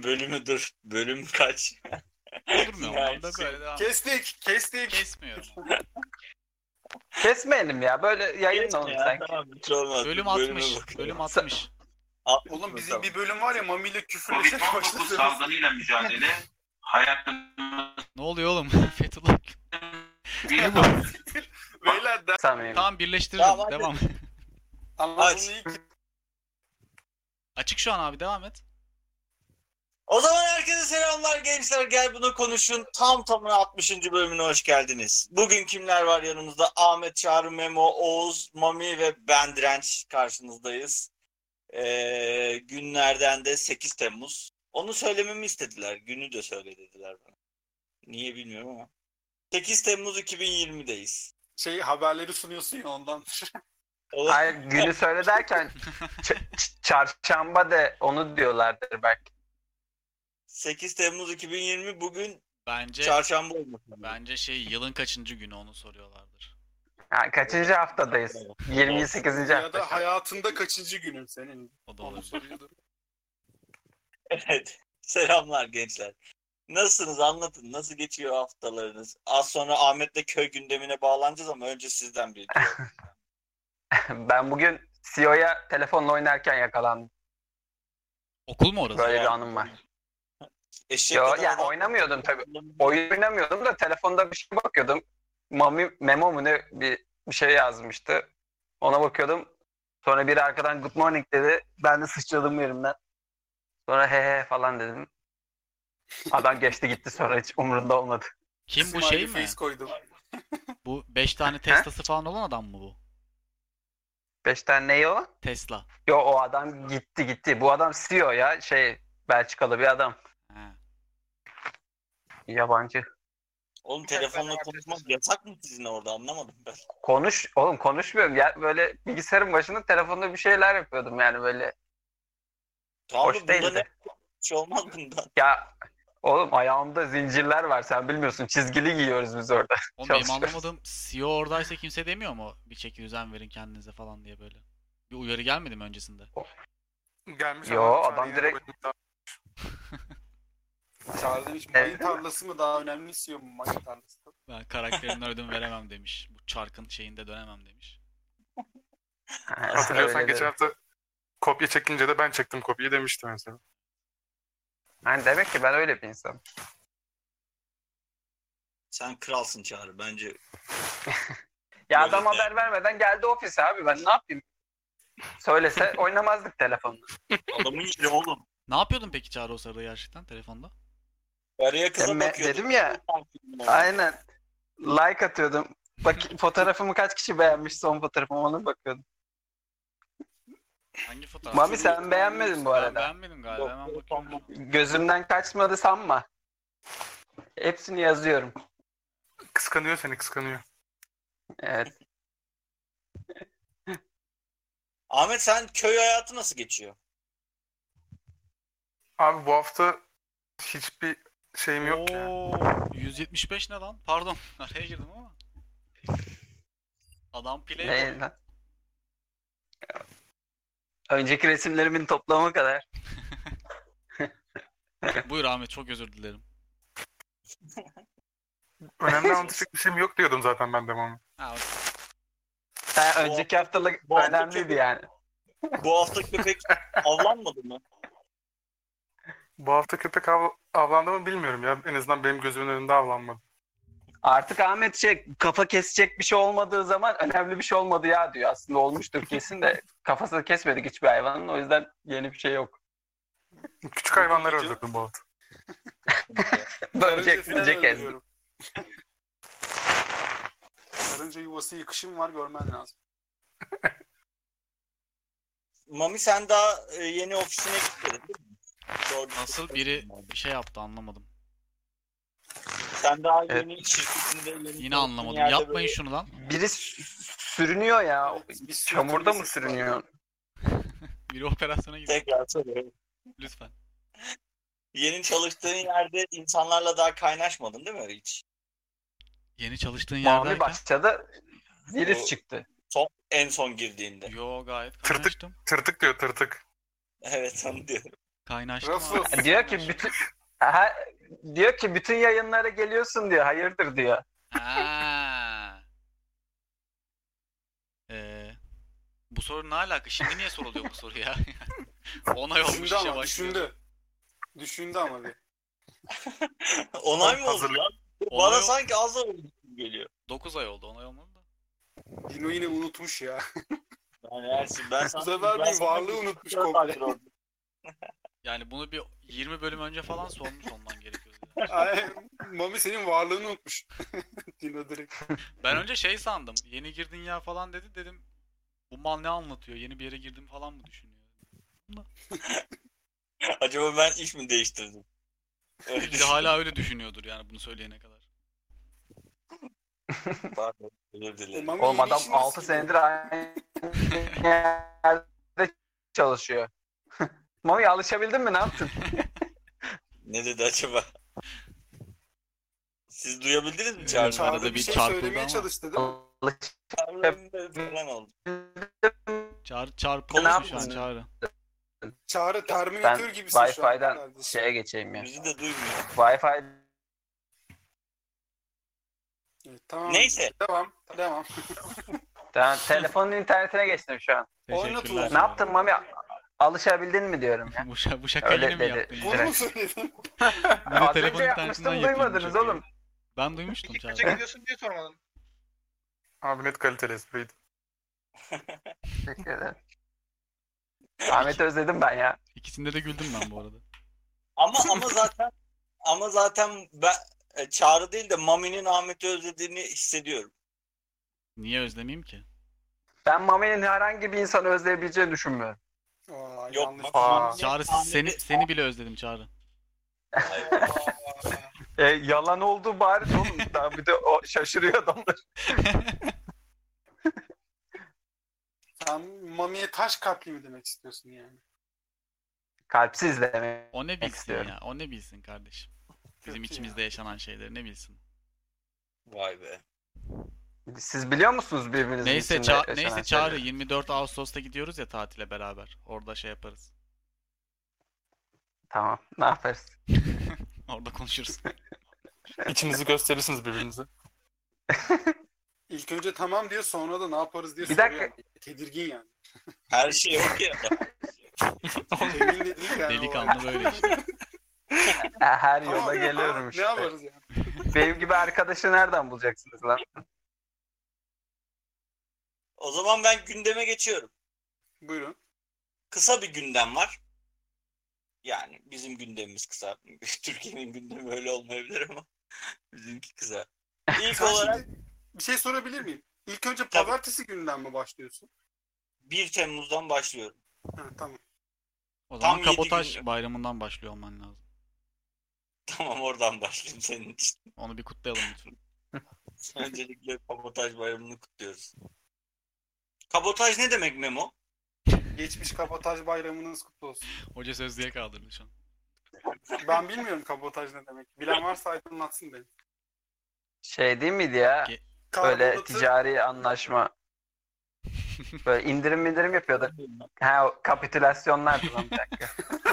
Bölümü dur. Bölüm kaç? Olur mu? Yani Onlar da böyle devam. Kestik. Kesmiyorum. Kesmeyelim ya. Böyle yayın Geçme oldu ya, sanki. tamam, hiç olmaz. Bölüm Bölüme 60. bakalım. Bölüm 60. Oğlum bizim Tamam. bir bölüm var ya Mami ile küfürleşerek Covid-19 başladığımız. salgınıyla mücadele hayatın Ne oluyor oğlum? Fethullah. bir Beyler de Samimi. Tamam birleştiririz. Tamam, hadi. Devam. Anadolu'nun ilk Açık şu an abi devam et. O zaman herkese selamlar gençler. Gel bunu konuşun. Tam tamına 60. bölümüne hoş geldiniz. Bugün kimler var yanımızda? Ahmet, Çağrı, Memo, Oğuz, Mami ve ben Direnç karşınızdayız. Günlerden de 8 Temmuz. Onu söylememi istediler. Günü de söyle dediler bana. Niye bilmiyorum ama. 8 Temmuz 2020'deyiz. haberleri sunuyorsun ya ondan. Hayır, günü söyle derken çarşamba de onu diyorlardır belki. 8 Temmuz 2020 bugün Bence çarşamba olması. yılın kaçıncı günü onu soruyorlardır. Ha, kaçıncı haftadayız? 28. Ya hafta. da hayatında kaçıncı günün senin? O da Onu olabilir. soruyordu. Evet. Selamlar gençler. Nasılsınız? Anlatın. Nasıl geçiyor haftalarınız? Az sonra Ahmet'le köy gündemine bağlanacağız ama önce sizden bir duyalım. Ben bugün CEO'ya telefonla oynarken yakalandım. Okul mu orası? Böyle bir anım var. Eşek Yo, kadar yani adam- oynamıyordum tabii. Oyun oynamıyordum da telefonda bir şey bakıyordum. Memo mu ne bir şey yazmıştı. Ona bakıyordum. Sonra biri arkadan good morning dedi. Ben de sıçradım yerimden. Sonra he he falan dedim. Adam geçti gitti, sonra hiç umurunda olmadı. Kim bu Smiley şey mi? face koydum. Bu 5 tane Tesla'sı falan olan adam mı bu? 5 tane neyi o? Tesla. Yo, o adam gitti. Bu adam CEO ya, Belçikalı bir adam. He. Yabancı. Oğlum telefonla konuşmak yasak mı sizin orada, anlamadım ben. Oğlum konuşmuyorum ya, böyle bilgisayarın başında telefonda bir şeyler yapıyordum yani, böyle Tamam hoş da bunda değildi. ne bir şey olmaz bundan. Ya oğlum, ayağımda zincirler var, sen bilmiyorsun, çizgili giyiyoruz biz orada. Oğlum benim Çalışıyoruz. anlamadığım CEO oradaysa kimse demiyor mu? Bir çeki düzen verin kendinize falan diye böyle. Bir uyarı gelmedi mi öncesinde? Gelmiş Yo, ama adam Çağrı'ya direkt- bölüm daha- Çağrı demiş mayın tarlası mı daha önemli istiyor mu mayın tarlası? Ben karakterimden ödün veremem demiş. Bu çarkın şeyinde dönemem demiş. Hatırlıyorsan Öyle geçen dedi. hafta kopya çekince de ben çektim kopyayı demişti mesela. Yani demek ki ben öyle bir insanım. Sen kralsın Çağrı bence. Ya Böyle adam de. haber vermeden geldi ofise abi, ben ne yapayım? Söylese oynamazdık telefonla. Adamın yeri oğlum. Ne yapıyordun peki Çağrı o sırada gerçekten telefonda? Araya kıza Deme- bakıyordum. dedim ya. Aynen. Like atıyordum. Bak, fotoğrafımı kaç kişi beğenmiş, son fotoğrafıma, ona bakıyordum. Hangi fotoğraf? Mami sen beğenmedin bu Ben arada. beğenmedim galiba. Hemen bakıyorum. Gözümden kaçmadı sanma. Hepsini yazıyorum. Kıskanıyor seni, kıskanıyor. Evet. Ahmet, sen köy hayatı nasıl geçiyor? Abi bu hafta hiçbir şeyim yok ya. Oo, 175 ne lan? Pardon. Araya girdim ama. Adam play Ne lan? Önceki resimlerimin toplamı kadar. Buyur Ahmet, çok özür dilerim. Önemli anlatacak bir şeyim yok diyordum zaten ben de onu. Ha, Ha, önceki haftalık bu hafta önemliydi çok- yani. Bu hafta köpek avlanmadı mı? Bu hafta köpek avlandı mı bilmiyorum ya. En azından benim gözümün önünde avlanmadı. Artık Ahmet kafa kesecek bir şey olmadığı zaman önemli bir şey olmadı ya diyor. Aslında olmuştur kesin de kafasını kesmedik hiçbir hayvanın, o yüzden yeni bir şey yok. Küçük hayvanları öldürdüm bu hafta. Bölecek falan ezdik. öldürüyorum. Karınca yuvası yıkışım var, görmen lazım. Mami, sen daha yeni ofisine gitmedin değil mi? Doğru. nasıl biri bir şey yaptı anlamadım. Sen daha Evet. yeni şirketinde yeni Yine çalıştığın anlamadım. yerde Yapmayın böyle- şunu lan. Biri sürünüyor ya. Evet, bir Çamurda mı sürtünme sesi var. sürünüyor? Biri operasyona gidiyor. Tekrar söylüyorum. Lütfen. Yeni çalıştığın yerde insanlarla daha kaynaşmadın değil mi hiç? Yeni çalıştığın Mami yerdeyken. başladı. Virüs O- çıktı. En son girdiğinde. Yo gayet Tırtık. kaynaştım. Tırtık diyor, tırtık. Evet, onu diyorum. Kaynaştım Ruffles. abi. Diyor ki Ha, diyor ki bütün yayınlara geliyorsun diyor. Hayırdır diyor. Ha. Bu soru ne alaka? Şimdi niye soruluyor bu soru ya? 10 ay olmuş Düşündü işe ama başlıyor. Düşündü ama bir. Onay mı oldu Hazırlık. lan? Onay Bana ol- sanki az da oldu gibi geliyor. 9 ay oldu. 10 ay olmadı da. Dino yine unutmuş ya. Yani Ersin ben Bu sana... sefer ben bir sana- varlığı unutmuş komple. Yani bunu bir 20 bölüm önce falan sormuş olman gerekiyor. Yani. Ay, Mami senin varlığını unutmuş. Dino direkt. Ben önce şey sandım. Yeni girdin ya falan dedi. Dedim bu mal ne anlatıyor? Yeni bir yere girdim falan mı düşünüyor? Acaba ben iş mi değiştirdim? Öyle Bir de hala öyle düşünüyordur yani bunu söyleyene kadar. Pardon, özür dilerim. Mami Oğlum yeni adam işi nasıl 6 gidiyor? senedir aynı yerde çalışıyor. Mami alışabildin mi? Ne yaptın? Ne dedi acaba? Siz duyabildiniz mi Evet, çağrı? arada Çağrı bir bir şey çarpıldı söylemeye ama. çalıştı değil mi? Falan oldu. Çarpılmış Ne şu an yaptın? Çağrı. Çağrı Ben Terminator gibisin şu an. Wi-Fi'den kardeşim. şeye geçeyim ya. Bizi de duymuyor. Wi-Fi Evet, tamam. Neyse. Devam. ben telefonun internetine geçtim şu an. Oynat Teşekkürler. ulan. Ne yaptın Mami? Alışabildin mi diyorum ya. Bu şakayı Öyle yine mi dedi. yaptın ya? Bunu mu söyledin? Bir de Az telefon önce internetinden yapmıştım yapıyorum duymadınız şakayı. oğlum. Ben duymuştum Peki Çağrı. kaça gidiyorsun diye sormadım. Abi net kaliteli espriydi. Teşekkür ederim. Ahmet'i özledim ben ya. İkisinde de güldüm ben bu arada. Ama zaten ben Çağrı değil de Mami'nin Ahmet'i özlediğini hissediyorum. Niye özlemeyeyim ki? Ben Mami'nin herhangi bir insanı özleyebileceğini düşünmüyorum. Aa, Yok, yanlış. bak- Aa, Çağrı seni bile özledim Çağrı. Yalan olduğu bariz oğlum. Daha bir de o şaşırıyor adamlar. Sen Mami'ye taş kalpli mi demek istiyorsun yani? Kalpsiz demek. O ne bilsin istiyorum. ya? O ne bilsin kardeşim? Bizim Kötü içimizde yaşanan şeyleri ne bilsin? Vay be. Siz biliyor musunuz birbirinizin Neyse içinde yaşanan neyse Çağrı şeyleri? 24 Ağustos'ta gidiyoruz ya tatile beraber. Orada şey yaparız. Tamam. Ne yaparız? Orada konuşuruz. İçinizi gösterirsiniz birbirinize. İlk önce tamam diyor, sonra da ne yaparız diye Bir soruyor. dakika. Tedirgin yani. Her şey okey. Emin de değil yani. Delikanlı böyle işte. Her Tamam, yola tamam, geliyorum Ne işte. yaparız yani? Benim gibi arkadaşı nereden bulacaksınız lan? O zaman ben gündeme geçiyorum. Buyurun. Kısa bir gündem var. Yani bizim gündemimiz kısa. Türkiye'nin gündemi öyle olmayabilir ama bizimki kısa. İlk Sen olarak şimdi bir şey sorabilir miyim? İlk önce Tabii. pazartesi gününden mi başlıyorsun? 1 Temmuz'dan başlıyorum. Ha, tamam. O zaman Tam yedi kabotaj gün. bayramından başlıyor olman lazım. Tamam, oradan başlayayım senin için. Onu bir kutlayalım lütfen. Öncelikle Kabotaj Bayramı'nı kutluyoruz. Kabotaj ne demek Memo? Geçmiş kabotaj bayramınız kutlu olsun. Hoca sözlüğe kaldırdı şu an. Ben bilmiyorum kabotaj ne demek. Bilen varsa aydınlatsın beni. Şey değil miydi ya? Böyle Karbonatı- ticari anlaşma. Böyle indirim yapıyorduk. Ha, o kapitülasyonlardı lan bir dakika.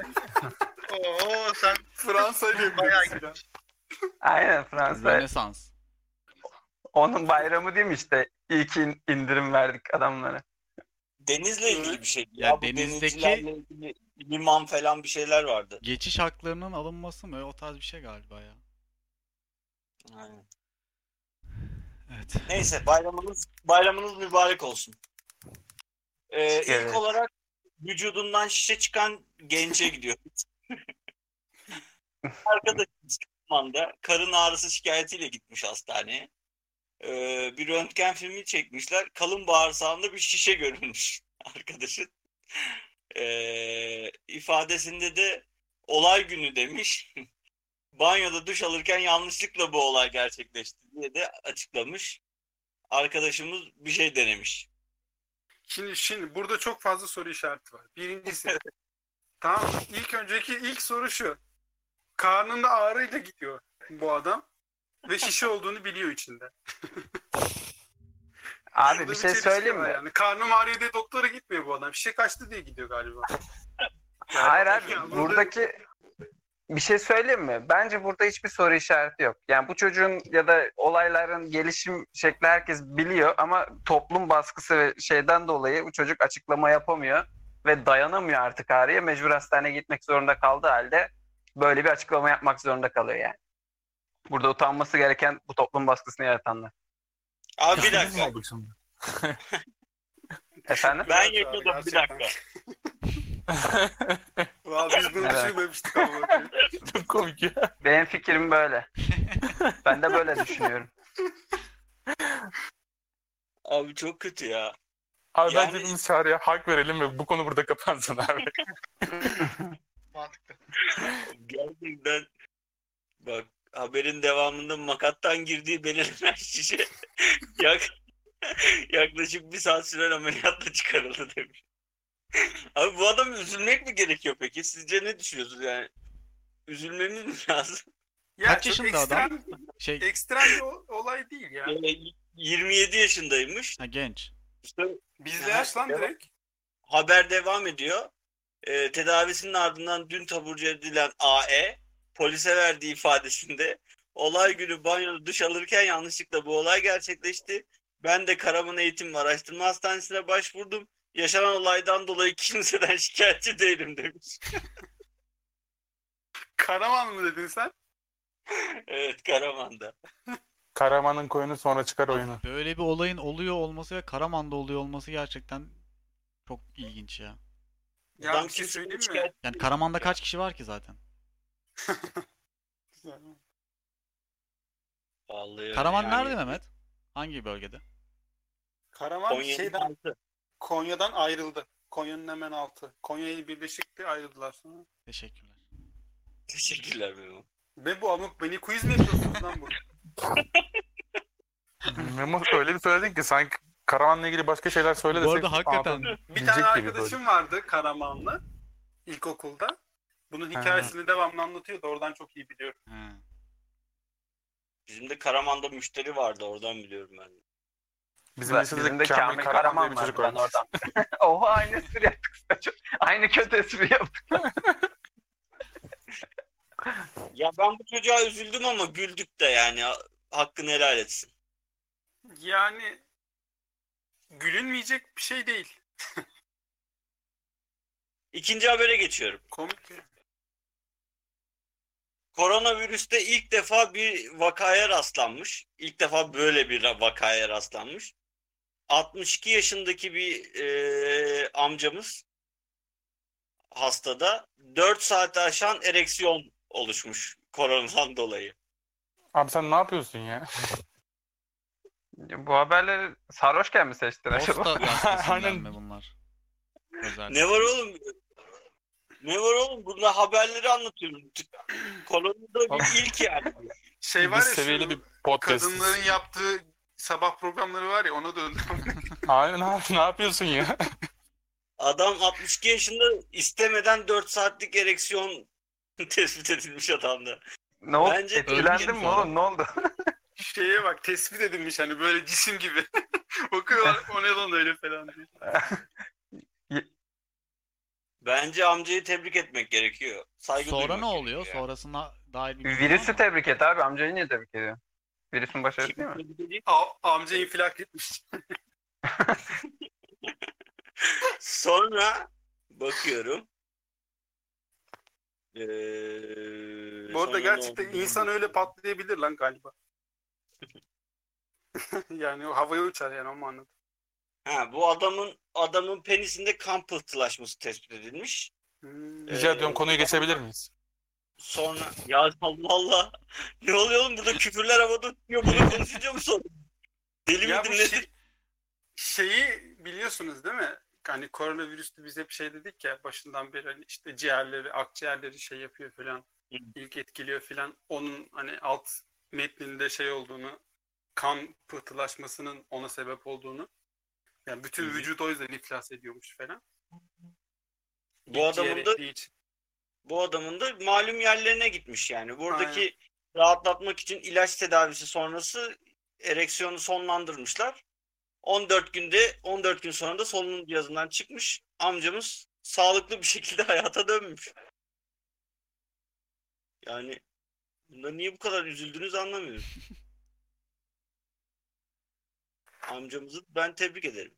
Oo sen Fransa ile bayağı birlikte. Aynen Fransa. Rönesans. Onun bayramı değil mi işte? İlk indirim verdik adamlara. Denizle ilgili bir şey. Ya bu denizdeki- denizcilerle ilgili liman falan bir şeyler vardı. Geçiş haklarının alınması mı? O tarz bir şey galiba ya. Aynen. Evet. Neyse, bayramınız mübarek olsun. İlk Evet. olarak vücudundan şişe çıkan gence gidiyor. Arkadaşımız Kırman'da karın ağrısı şikayetiyle gitmiş hastaneye. Bir röntgen filmi çekmişler. Kalın bağırsağında bir şişe görülmüş arkadaşın. İfadesinde de olay günü demiş. Banyoda duş alırken yanlışlıkla bu olay gerçekleşti diye de açıklamış. Arkadaşımız bir şey denemiş. Şimdi burada çok fazla soru işareti var. Birincisi. Tamam. İlk soru şu. Karnında ağrıyla gidiyor bu adam. Ve şişe olduğunu biliyor içinde. Abi Burada bir şey çelişki söyleyeyim var mi? Yani. Karnım ağrıyor diye doktora gitmiyor bu adam. Şişe kaçtı diye gidiyor galiba. Hayır abi Ya buradaki bir şey söyleyeyim mi? Bence burada hiçbir soru işareti yok. Yani bu çocuğun ya da olayların gelişim şekli herkes biliyor ama toplum baskısı ve şeyden dolayı bu çocuk açıklama yapamıyor ve dayanamıyor artık ağrıya. Mecbur hastaneye gitmek zorunda kaldığı halde böyle bir açıklama yapmak zorunda kalıyor yani. Burada utanması gereken bu toplum baskısını yaratanlar. Abi bir Ne dakika. olduk şimdi? Efendim? Ben Evet abi, yaşadım bir gerçekten. dakika. Vallahi biz bunu Evet. düşünmemiştik ama. Çok komik ya. Benim fikrim böyle. Ben de böyle düşünüyorum. Abi çok kötü ya. Abi Yani- bence biz Çağrı'ya hak verelim ve bu konu burada kapansın abi. Mantıklı. Gerçekten bak haberin devamında makattan girdiği belirlenen şişe yaklaşık bir saat süren ameliyatla çıkarıldı demiş. Abi bu adam üzülmek mi gerekiyor peki? Sizce ne düşünüyorsunuz yani? Üzülmemiz mi lazım? Ya Kaç çok yaşında adam? ekstrem, Şey, ekstrem bir olay değil ya. 27 yaşındaymış. ha, genç. İşte Bizde yaş lan direkt. haber devam ediyor. Tedavisinin ardından dün taburcu edilen AE polise verdiği ifadesinde olay günü banyoda duş alırken yanlışlıkla bu olay gerçekleşti. Ben de Karaman Eğitim ve Araştırma Hastanesi'ne başvurdum. Yaşanan olaydan dolayı kimseden şikayetçi değilim demiş. Karaman mı dedin sen? Evet, Karaman'da. Karaman'ın koyunu sonra çıkar oyunu. Böyle bir olayın oluyor olması ve Karaman'da oluyor olması gerçekten çok ilginç ya. Ya Adam bir şey kimseden söyleyeyim mi? şikayet- Yani Karaman'da kaç kişi var ki zaten? Vallahi öyle Karaman yani. nerede Mehmet? Hangi bölgede? Karaman Konya'nın şeyden altı. Konya'dan ayrıldı. Konya'nın hemen altı. Konya ile birleşikti, ayrıldılar sonra. Teşekkürler. Teşekkürler Memo. Ve bu amık beni quiz mi yapıyorsunuz lan bu? Memo öyle bir söyledin ki sanki Karaman'la ilgili başka şeyler söyle Bu desek. arada hakikaten. anladın, Bir bilecek tane gibi böyle. arkadaşım vardı Karamanlı ilkokulda. Bunun hikayesini devamlı anlatıyordu. Oradan çok iyi biliyorum. Ha. Bizim de Karaman'da müşteri vardı, oradan biliyorum ben. Bizim Bizim lisede de Kamil Kamil Karaman diye Karaman bir vardı çocuk ben vardı. oradan. Oha aynı espri yaptık. Aynı kötü espri yaptık. Ya ben bu çocuğa üzüldüm ama güldük de yani hakkını helal etsin. Yani gülünmeyecek bir şey değil. İkinci habere geçiyorum. Komik. Koronavirüste ilk defa bir vakaya rastlanmış. İlk defa böyle bir vakaya rastlanmış. 62 yaşındaki bir amcamız hastada 4 saate aşan ereksiyon oluşmuş koronadan dolayı. Abi sen ne yapıyorsun ya? Bu haberleri sarhoşken mi seçtin acaba? Posta gazetesinden Aynen. mi bunlar? Özel. Ne var oğlum? Ne var oğlum? Burada haberleri anlatıyorum. Koronada bir ilk yani. Şey var Biz ya seviyeli şu bir podcast. kadınların yaptığı sabah programları var ya ona döndüm. Aynen abi ne yapıyorsun ya? Adam 62 yaşında istemeden 4 saatlik ereksiyon tespit edilmiş adamda. Ne oldu? Bence Etkilendin mi oğlum? Ne oldu? Şeye bak tespit edilmiş hani böyle cisim gibi. Bakıyorlar o ne lan öyle falan diye. Bence amcayı tebrik etmek gerekiyor. Saygı Sonra duymak ne oluyor? gerekiyor Sonrasına dair bir bilgi var Virüsü mı? tebrik et abi. Amcayı niye tebrik ediyor? Virüsün başarısı değil mi? yani. Amca infilak etmiş. Sonra bakıyorum. Bu arada sonra gerçekten ne oldu? insan öyle patlayabilir lan galiba. Yani o havaya uçar yani o manada. Ha, bu adamın penisinde kan pıhtılaşması tespit edilmiş. Rica ediyorum konuyu geçebilir miyiz? Sonra ya Allah Allah. Ne oluyor oğlum, burada küfürler havada tutuyor. Bunu konuşunca mı sonra? Deli Ya midir bu nedir? şeyi biliyorsunuz değil mi? Hani koronavirüste biz hep şey dedik ya başından beri hani işte ciğerleri, akciğerleri şey yapıyor falan. İlk etkiliyor falan. Onun hani alt metninde şey olduğunu, kan pıhtılaşmasının ona sebep olduğunu. Yani bütün Hı hı. vücut o yüzden iflas ediyormuş falan. Bu Ciğer adamın da ettiği için. malum yerlerine gitmiş yani. Buradaki rahatlatmak için ilaç tedavisi sonrası ereksiyonu sonlandırmışlar. 14 gün sonra da solunum cihazından çıkmış. Amcamız sağlıklı bir şekilde hayata dönmüş. Yani bunda niye bu kadar üzüldünüz anlamıyorum. Amcamızı ben tebrik ederim.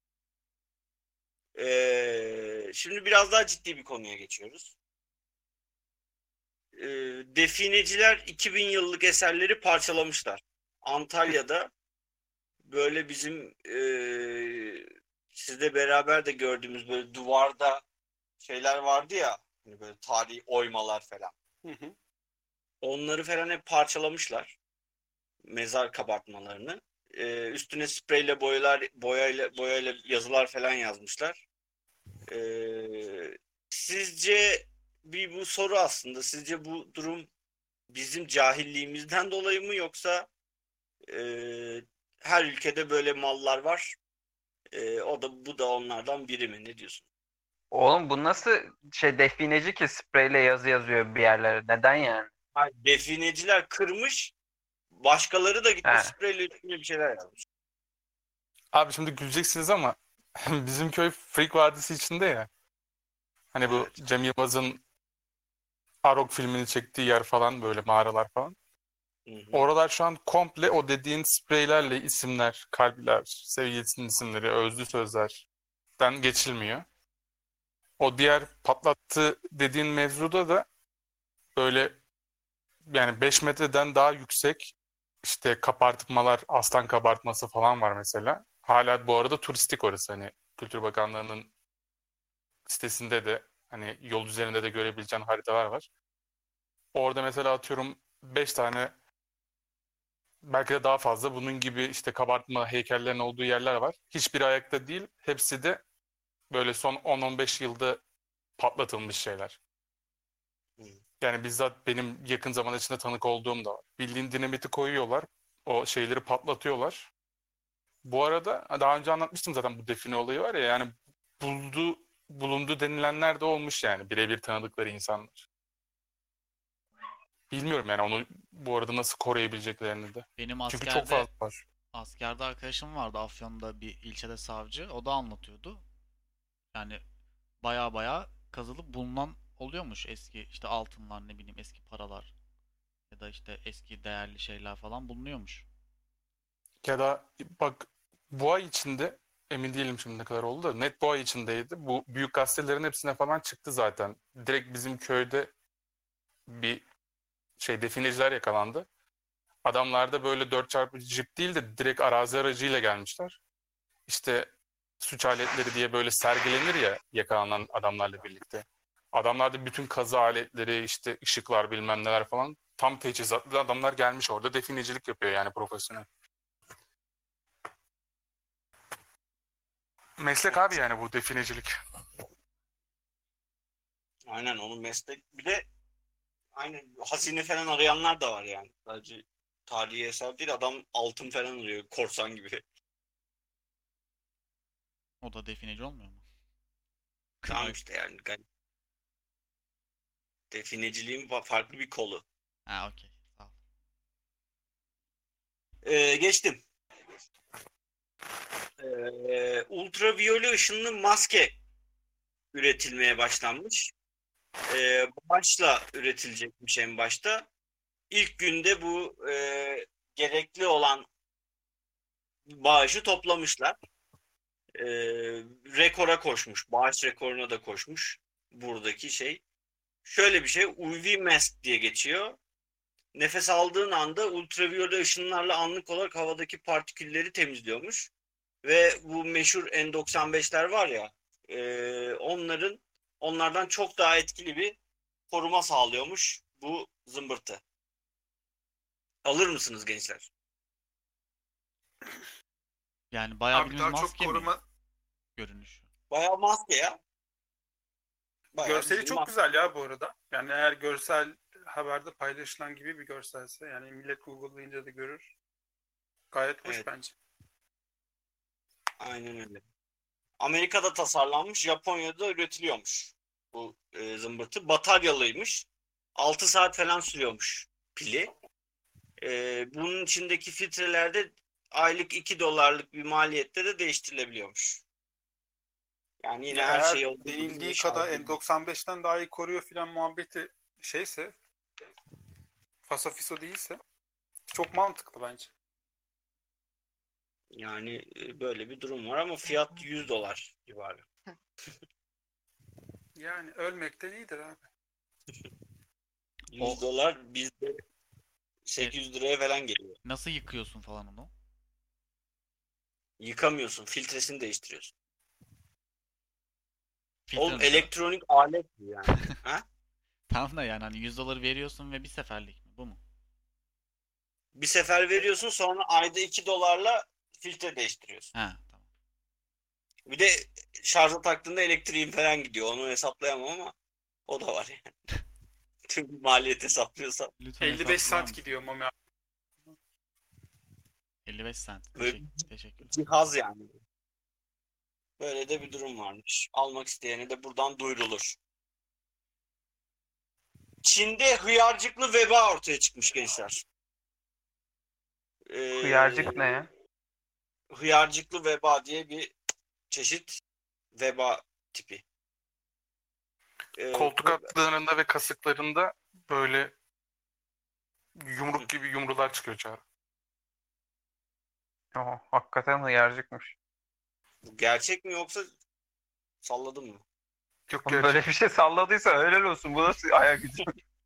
Şimdi biraz daha ciddi bir konuya geçiyoruz. Defineciler 2000 yıllık eserleri parçalamışlar. Antalya'da böyle bizim sizle beraber de gördüğümüz böyle duvarda şeyler vardı ya, hani böyle tarihi oymalar falan. Hı hı. Onları falan hep parçalamışlar. Mezar kabartmalarını. Üstüne spreyle boyayla yazılar falan yazmışlar. Sizce bu soru aslında. Sizce bu durum bizim cahilliğimizden dolayı mı, yoksa her ülkede böyle mallar var? Bu da onlardan biri mi? Ne diyorsun? Oğlum bu nasıl defineci ki spreyle yazı yazıyor bir yerlere? Neden yani? Hayır, defineciler kırmış, başkaları da gitmiş He. spreyle üstüne bir şeyler yazmış. Abi şimdi güleceksiniz ama bizim köy Freak Vadisi içinde ya. Hani bu Evet. Cem Yılmaz'ın Arok filmini çektiği yer falan, böyle mağaralar falan. Hı hı. Oralar şu an komple o dediğin spreylerle isimler, kalpler, sevgilisinin isimleri, özlü sözlerden geçilmiyor. O diğer patlattı dediğin mevzuda da böyle yani 5 metreden daha yüksek işte kabartmalar, aslan kabartması falan var mesela. Hala bu arada turistik orası, hani Kültür Bakanlığı'nın sitesinde de hani yol üzerinde de görebileceğin haritalar var. Orada mesela atıyorum 5 tane, belki de daha fazla bunun gibi işte kabartma heykellerin olduğu yerler var. Hiçbiri ayakta değil, hepsi de böyle son 10-15 yılda patlatılmış şeyler. Hı. Yani bizzat benim yakın zaman içinde tanık olduğum da var. Bildiğin dinamiti koyuyorlar, o şeyleri patlatıyorlar. Bu arada daha önce anlatmıştım zaten, bu define olayı var ya, yani bulundu denilenler de olmuş, yani birebir tanıdıkları insanlar. Bilmiyorum yani onu bu arada nasıl koruyabileceklerini de. Benim Çünkü çok fazla var. askerde arkadaşım vardı, Afyon'da bir ilçede savcı. O da anlatıyordu. Yani baya baya kazılıp bulunan oluyormuş eski işte altınlar, ne bileyim eski paralar ya da işte eski değerli şeyler falan bulunuyormuş. Ya da bak, bu ay içinde, emin değilim şimdi ne kadar oldu da, net bu ay içindeydi. Bu büyük gazetelerin hepsine falan çıktı zaten. Direkt bizim köyde bir defineciler yakalandı. Adamlar da böyle 4x jip değil de direkt arazi aracıyla gelmişler. İşte suç aletleri diye böyle sergilenir ya yakalanan adamlarla birlikte. Adamlarda bütün kazı aletleri, işte ışıklar, bilmem neler falan, tam teçhizatlı adamlar gelmiş, orada definecilik yapıyor yani, profesyonel. Meslek abi yani bu definecilik. Aynen, onun meslek. Bir de aynen hazine falan arayanlar da var yani. Sadece tarihi eser değil, adam altın falan arıyor korsan gibi. O da defineci olmuyor mu? Tamam işte yani defineciliğin farklı bir kolu. Ha, okey. Sağ ol. Geçtim. Ultraviyole ışınlı maske üretilmeye başlanmış. Bağışla üretilecekmiş en başta. İlk günde bu gerekli olan bağışı toplamışlar. Rekora koşmuş. Bağış rekoruna da koşmuş. Buradaki şey. Şöyle bir şey. UV mask diye geçiyor. Nefes aldığın anda ultraviyole ışınlarla anlık olarak havadaki partikülleri temizliyormuş. Ve bu meşhur N95'ler var ya, onlardan çok daha etkili bir koruma sağlıyormuş bu zımbırtı. Alır mısınız gençler? Yani bayağı Abi bildiğiniz daha çok maske mi koruma. görünüşü? Bayağı maske ya. Bayağı Görseli bildiğin çok maske. güzel ya bu arada. Yani eğer görsel haberde paylaşılan gibi bir görselse, yani millet Google'layınca da görür. Gayet hoş Evet, bence. aynen öyle. Amerika'da tasarlanmış, Japonya'da üretiliyormuş bu zımbırtı. Bataryalıymış. 6 saat falan sürüyormuş pili. Bunun içindeki filtrelerde aylık $2 bir maliyette de değiştirilebiliyormuş. Yani yine Ya her eğer şey olduğu gibi denildiği şarj kadar ediyor. N95'ten daha iyi koruyor filan muhabbeti şeyse, fasafiso değilse çok mantıklı bence. Yani böyle bir durum var ama fiyat $100 civarı. Yani ölmekten iyidir abi. $100 bizde 800 liraya falan geliyor. Nasıl yıkıyorsun falan onu? Yıkamıyorsun, filtresini değiştiriyorsun. Filtre Oğlum ne kadar? elektronik alet bu yani. Ha? Tamam da yani hani $100 veriyorsun ve bir seferlik mi? Bu mu? Bir sefer veriyorsun, sonra ayda $2'la filtre değiştiriyorsun. Ha tamam. Bir de şarja taktığında elektriğin falan gidiyor. Onu hesaplayamam ama o da var yani. Tüm maliyet hesaplıyorsam. Lütfen 55 hesaplar saat mısın? gidiyor Mami abi. 55 cent. Böyle Teşekkürler. cihaz yani. Böyle de bir durum varmış. Almak isteyene de buradan duyurulur. Çin'de hıyarcıklı veba ortaya çıkmış gençler. Hıyarcık ne ya? Hıyarcıklı veba diye bir çeşit veba tipi. Koltuk altlarında ve kasıklarında böyle yumruk gibi yumrular çıkıyor Çağrı. Oh, hakikaten hıyarcıkmış. Bu gerçek mi yoksa salladım mı? Yok Oğlum gerçek. böyle bir şey salladıysa helal olsun. Bu nasıl ayak gücü?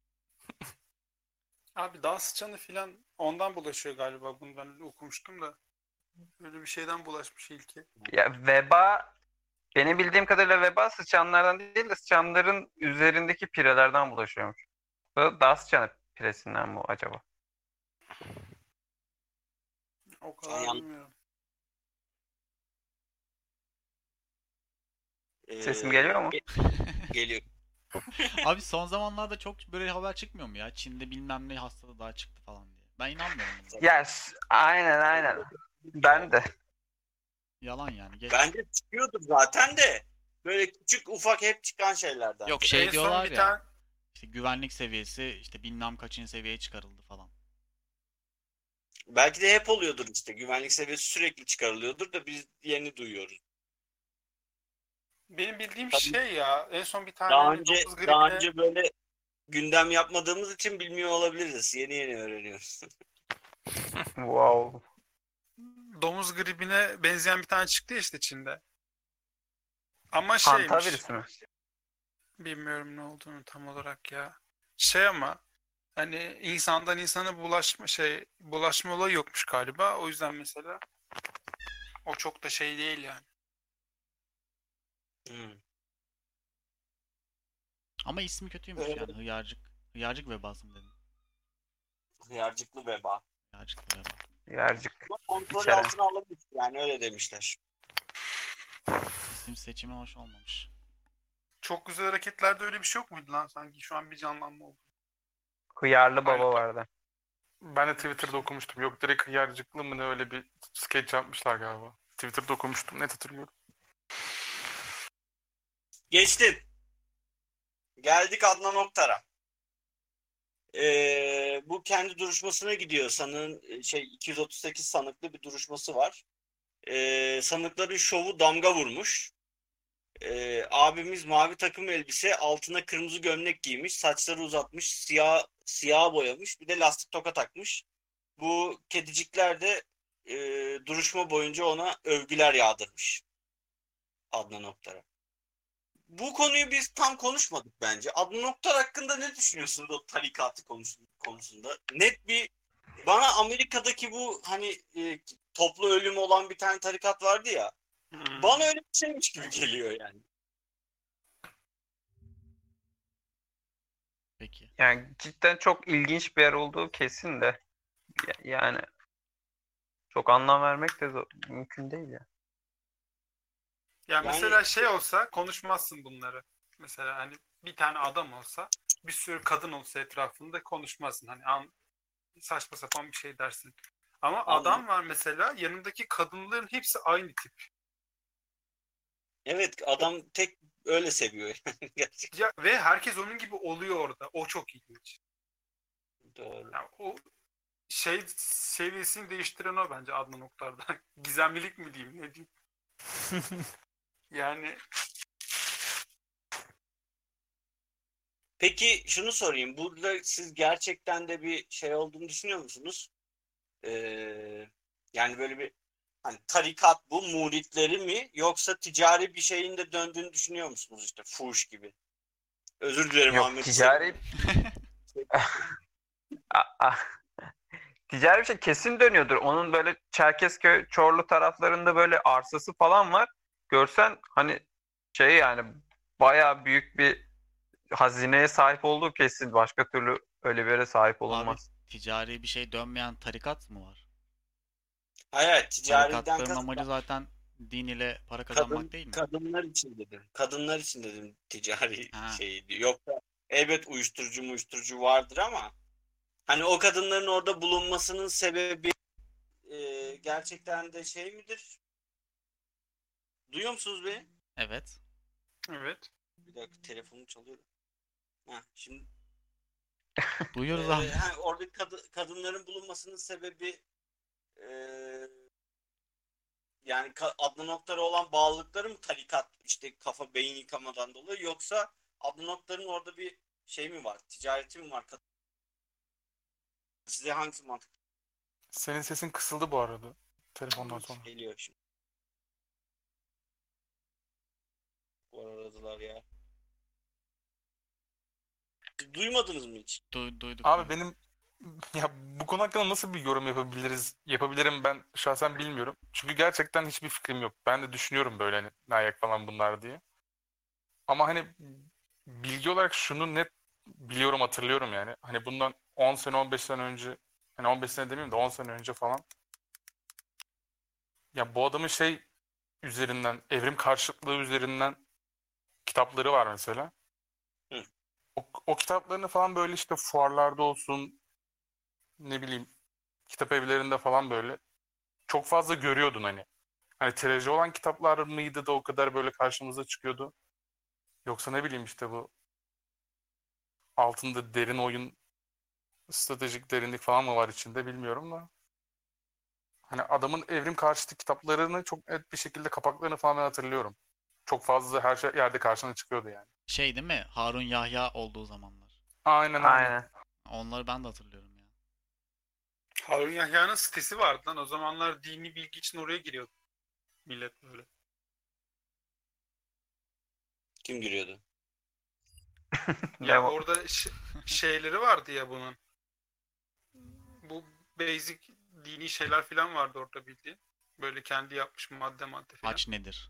Abi dağ sıçanı filan ondan bulaşıyor galiba. Bunu ben okumuştum da. Öyle bir şeyden bulaşmış ilki. Ya veba, benim bildiğim kadarıyla veba sıçanlardan değil de sıçanların üzerindeki pirelerden bulaşıyormuş. Bu daha sıçanı piresinden mi acaba? O kadar Yan- bilmiyorum. Sesim geliyor mu? Geliyor. Abi son zamanlarda çok böyle haber çıkmıyor mu ya? Çin'de bilmem ne hastalığı daha çıktı falan diye. Ben inanmıyorum bunlara. Yes, aynen. Ben de. Yalan yani. Geç. Bence çıkıyordur zaten de. Böyle küçük ufak hep çıkan şeylerden. Yok En şey son diyorlar bir ya. tane İşte güvenlik seviyesi işte bilmem kaçıncı seviyeye çıkarıldı falan. Belki de hep oluyordur işte. Güvenlik seviyesi sürekli çıkarılıyordur da biz yeni duyuyoruz. benim bildiğim Tabii. şey ya. En son bir tane Daha hani önce domuz daha gripine önce böyle gündem yapmadığımız için bilmiyor olabiliriz. Yeni öğreniyoruz. Wow. domuz gribine benzeyen bir tane çıktı ya işte Çin'de. Ama Hanta şeymiş. virüsü mü? Bilmiyorum ne olduğunu tam olarak ya. Şey ama hani insandan insana bulaşma olayı yokmuş galiba. O yüzden mesela o çok da şey değil yani. Hmm. Ama ismi kötüymüş Evet. yani hıyarcık. Hıyarcık vebası mı dedin? Hıyarcıklı veba. Hıyarcık veba. Hıyarcık. Ama kontrol İçeren. altına alamayız. Yani öyle demişler. İsim seçimi hoş olmamış. Çok güzel hareketlerde öyle bir şey yok muydu lan sanki? Şu an bir canlanma oldu. Hıyarlı baba Aynen. vardı. Ben de Twitter'da okumuştum. Yok direkt hıyarcıklı mı ne öyle bir sketch yapmışlar galiba. Twitter'da okumuştum. Net hatırlıyorum. Geçtim. Geldik Adnan Oktar'a. Bu kendi duruşmasına gidiyor. Sanığın 238 sanıklı bir duruşması var. Sanıkların şovu damga vurmuş. Abimiz mavi takım elbise, altına kırmızı gömlek giymiş, saçları uzatmış, siyah boyamış, bir de lastik toka takmış. Bu kedicikler de duruşma boyunca ona övgüler yağdırmış Adnan Oktar'a. Bu konuyu biz tam konuşmadık bence. Adnan Oktar hakkında ne düşünüyorsunuz o tarikatı konusunda? Net bir bana Amerika'daki bu hani toplu ölüm olan bir tane tarikat vardı ya. Bana öyle bir şeymiş gibi geliyor yani. Peki. Yani cidden çok ilginç bir yer olduğu kesin de. Yani çok anlam vermek de mümkün değil ya. Ya Yani- mesela şey olsa konuşmazsın bunları. Mesela hani bir tane adam olsa bir sürü kadın olsa etrafında konuşmazsın. Hani saçma sapan bir şey dersin. Ama Anladım. adam var mesela yanındaki kadınların hepsi aynı tip. Evet adam tek öyle seviyor. Gerçekten Ya, ve herkes onun gibi oluyor orada. O çok ilginç. doğru. Yani o seviyesini değiştiren o bence Adnan Oktar'da. Gizemlilik mi diyeyim ne diyeyim. Yani Peki şunu sorayım. Burada siz gerçekten de bir şey olduğunu düşünüyor musunuz? Yani böyle bir hani tarikat bu muritleri mi yoksa ticari bir şeyin de döndüğünü düşünüyor musunuz işte fuhuş gibi? Özür dilerim Yok, Ahmet. ticari a- ticari bir şey kesin dönüyordur. Onun böyle Çerkezköy, Çorlu taraflarında böyle arsası falan var. Görsen hani şey yani bayağı büyük bir hazineye sahip olduğu kesin. Başka türlü öyle bir yere sahip Abi olunmaz. ticari bir şey dönmeyen tarikat mı var? Hayır, ticariden Tarikatların kasıt amacı zaten din ile para kazanmak değil mi? kadınlar için dedim. Kadınlar için dedim ticari Ha. şey. Yoksa elbet uyuşturucu vardır ama hani o kadınların orada bulunmasının sebebi gerçekten de şey midir? Duyuyor musunuz beni? Evet. Evet. Bir dakika telefonum çalıyor. Ha, şimdi Duyuyoruz abi. orada kadınların bulunmasının sebebi yani Adnan Oktar'a olan bağlılıkları mı tarikat işte kafa beyin yıkamadan dolayı yoksa Adnan Oktar'ın orada bir şey mi var? Ticareti mi var? Size hangisi mantıklı Senin sesin kısıldı bu arada. Telefondan sonra. geliyor şimdi? Bu aradılar ya. Siz duymadınız mı hiç? Duyduk. Abi benim ya bu konu hakkında nasıl bir yorum yapabilirim ben şahsen bilmiyorum. Çünkü gerçekten hiçbir fikrim yok. Ben de düşünüyorum böyle hani ne ayak falan bunlar diye. Ama hani bilgi olarak şunu net biliyorum, hatırlıyorum yani. Hani bundan 10 sene 15 sene önce, hani 15 sene demeyeyim de 10 sene önce falan. Ya bu adamın şey üzerinden, evrim karşıtlığı üzerinden kitapları var mesela. Hı. O kitaplarını falan böyle işte fuarlarda olsun, ne bileyim kitap evlerinde falan böyle çok fazla görüyordun hani. Hani tiraja olan kitaplar mıydı da o kadar böyle karşımıza çıkıyordu. Yoksa ne bileyim işte bu altında derin oyun, stratejik derinlik falan mı var içinde bilmiyorum da. Hani adamın evrim karşıtı kitaplarını çok net bir şekilde kapaklarını falan ben hatırlıyorum. Çok fazla her şey yerde karşına çıkıyordu yani. Şey değil mi? Harun Yahya olduğu zamanlar. Aynen. Aynen. Onları ben de hatırlıyorum ya. Harun Yahya'nın sitesi vardı lan. O zamanlar dini bilgi için oraya giriyordu millet böyle. Kim giriyordu? Ya Devam. orada şeyleri vardı ya bunun. Bu basic dini şeyler falan vardı orada bildiğin. Böyle kendi yapmış madde falan. Haç nedir?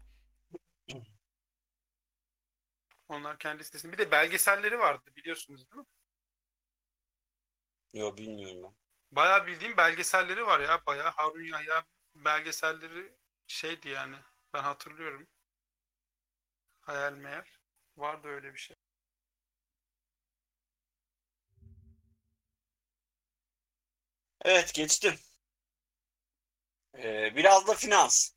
Onlar kendi sitesinde. Bir de belgeselleri vardı biliyorsunuz değil mi? Yok bilmiyorum ben. Bayağı bildiğim belgeselleri var ya. Bayağı Harun Yahya belgeselleri şeydi yani. Ben hatırlıyorum. Hayal meyal. Vardı öyle bir şey. Evet geçtim. Biraz da finans.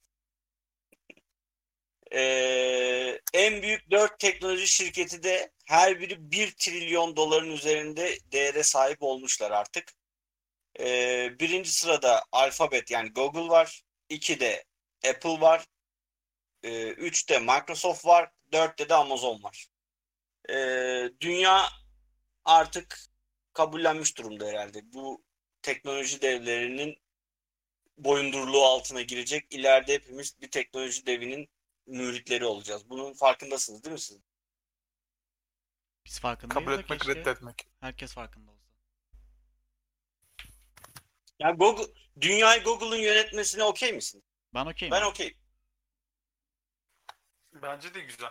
En büyük 4 teknoloji şirketi de her biri 1 trilyon doların üzerinde değere sahip olmuşlar artık. Birinci sırada Alphabet yani Google var. 2'de Apple var. 3'te Microsoft var. 4'te de Amazon var. Dünya artık kabullenmiş durumda herhalde. Bu teknoloji devlerinin boyunduruluğu altına girecek. İleride hepimiz bir teknoloji devinin müritleri olacağız. Bunun farkındasınız değil mi siz? Biz farkındayız Kabul da etmek, keşke reddetmek. herkes farkında olsa. Ya Google, dünyayı Google'ın yönetmesine okey misin? Ben okeyim Ben abi. okeyim. Bence de güzel.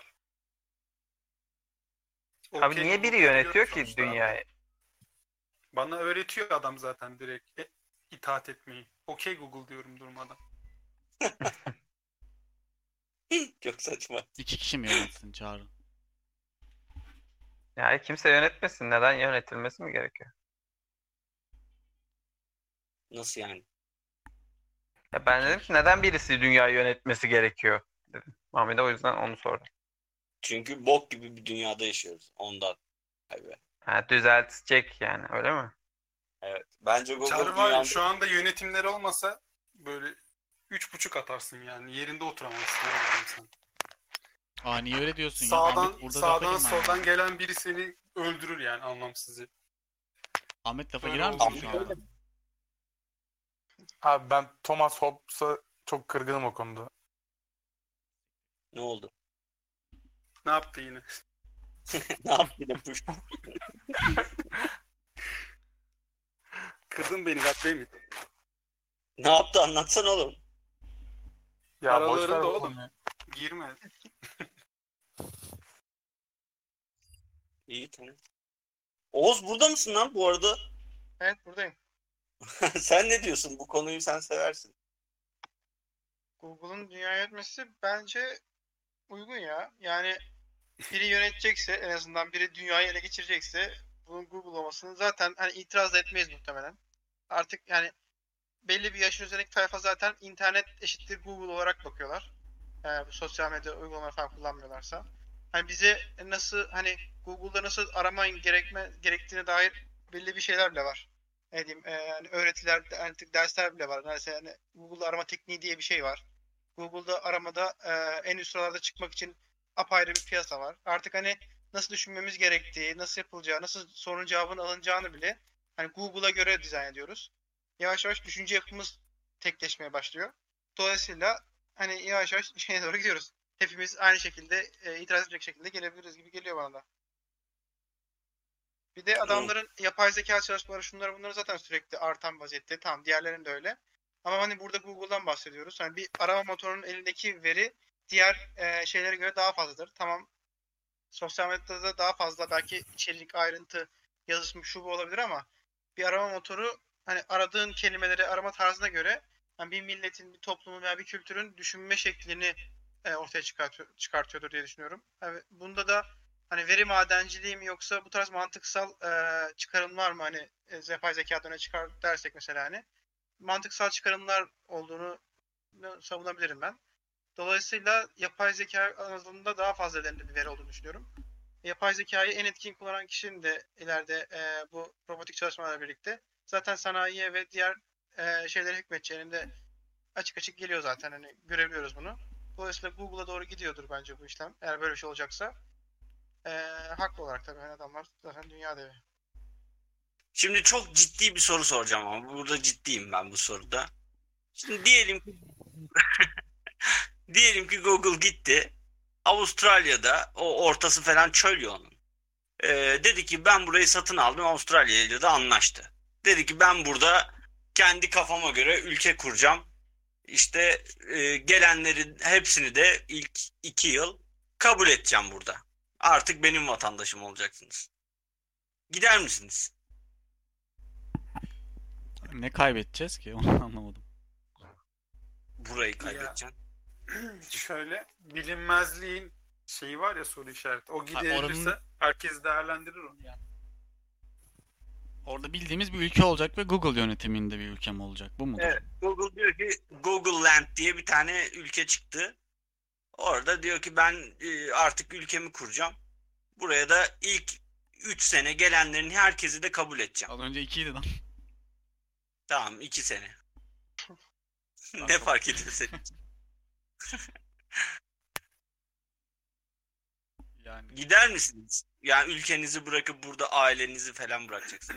Abi Okey, niye biri Google yönetiyor diyorum ki sonuçta abi. dünyayı? Bana öğretiyor adam zaten direkt itaat etmeyi. Okey Google diyorum durmadan. Çok saçma. 2 kişi mi yönetsin Çağrı? Yani kimse yönetmesin. Neden yönetilmesi mi gerekiyor? Nasıl yani? Ya ben dedim ki neden birisi dünyayı yönetmesi gerekiyor dedim. Muhammed'e o yüzden onu sordum. Çünkü bok gibi bir dünyada yaşıyoruz. Ondan. Evet. Ha, düzeltecek yani öyle mi? Evet. Bence Google Çağrı var ya dünyanın şu anda yönetimler olmasa böyle 3,5 atarsın yani. Yerinde oturamazsın. Öyle diyeyim sana. Aa niye öyle diyorsun ya? Sağdan Ahmet burada lafa sağdan girmen soldan lazım. gelen biri seni öldürür yani anlamsızca. Ahmet lafa Öyle girer oldu. misin şu anda? Abi ben Thomas Hobbes'a çok kırgınım o konuda. Ne oldu? Ne yaptı yine? Ne yaptı yine push? Kırdın beni Gatbey. Ne yaptı anlatsana oğlum. Ya boş ver Aralarında o oğlum. konuyu. Girme. İyi tamam. Oğuz burada mısın lan bu arada? Evet buradayım. Sen ne diyorsun? Bu konuyu sen seversin. Google'un dünya yönetmesi bence uygun ya. Yani biri yönetecekse, en azından biri dünyayı ele geçirecekse bunun Google olmasını zaten hani itiraz da etmeyiz muhtemelen. Artık yani belli bir yaşın üzerindeki tayfa zaten internet eşittir Google olarak bakıyorlar. Bu sosyal medya uygulamaları falan kullanmıyorlarsa. Hani bize nasıl hani Google'da nasıl araman gerektiğine dair belli bir şeyler bile var. Ne diyeyim, yani öğretiler, artık dersler bile var. Mesela yani Google'da arama tekniği diye bir şey var. Google'da aramada en üst sıralarda çıkmak için apayrı bir piyasa var. Artık hani nasıl düşünmemiz gerektiği, nasıl yapılacağı, nasıl sorunun cevabının alınacağını bile hani Google'a göre dizayn ediyoruz. Yavaş yavaş düşünce yapımız tekleşmeye başlıyor. Dolayısıyla hani yavaş yavaş şeye doğru gidiyoruz. Hepimiz aynı şekilde itiraz edecek şekilde gelebiliriz gibi geliyor bana da. Bir de adamların yapay zeka çalışmaları şunları bunları zaten sürekli artan vaziyette. Tamam diğerlerinin de öyle. Ama hani burada Google'dan bahsediyoruz. Hani bir arama motorunun elindeki veri diğer şeylere göre daha fazladır. Tamam sosyal medyada da daha fazla belki içerik, ayrıntı, yazılmış şu bu olabilir ama bir arama motoru hani aradığın kelimeleri arama tarzına göre hani bir milletin, bir toplumun veya bir kültürün düşünme şeklini ortaya çıkartıyordur diye düşünüyorum. Yani bunda da hani veri madenciliği mi yoksa bu tarz mantıksal çıkarımlar mı hani yapay zekadan öne çıkar dersek mesela hani mantıksal çıkarımlar olduğunu savunabilirim ben. Dolayısıyla yapay zeka alanında daha fazla elinde bir veri olduğunu düşünüyorum. Yapay zekayı en etkin kullanan kişinin de ileride bu robotik çalışmalarla birlikte zaten sanayiye ve diğer şeylere hükmedeceğinin de açık açık geliyor zaten. Hani görebiliyoruz bunu. Dolayısıyla Google'a doğru gidiyordur bence bu işlem. Eğer böyle bir şey olacaksa. Haklı olarak tabii hani adamlar zaten dünya devi. Şimdi çok ciddi bir soru soracağım ama burada ciddiyim ben bu soruda. Şimdi diyelim ki Google gitti. Avustralya'da o ortası falan çöl ya onun. Dedi ki ben burayı satın aldım. Avustralya ile de anlaştı. Dedi ki ben burada kendi kafama göre ülke kuracağım. İşte gelenlerin hepsini de ilk 2 yıl kabul edeceğim burada. Artık benim vatandaşım olacaksınız. Gider misiniz? Ne kaybedeceğiz ki? Onu anlamadım. Burayı kaybedeceksin. Şöyle bilinmezliğin şeyi var ya soru işareti. O oranın- giderilirse herkes değerlendirir onu yani. Orada bildiğimiz bir ülke olacak ve Google yönetiminde bir ülkem olacak. Bu mudur? Evet. Google diyor ki Google Land diye bir tane ülke çıktı. Orada diyor ki ben artık ülkemi kuracağım. Buraya da ilk 3 sene gelenlerin herkesi de kabul edeceğim. Az önce 2'ydi lan. Tamam 2 sene. Ne fark ediyor senin için? Yani Gider misiniz? Yani ülkenizi bırakıp burada ailenizi falan bırakacaksınız.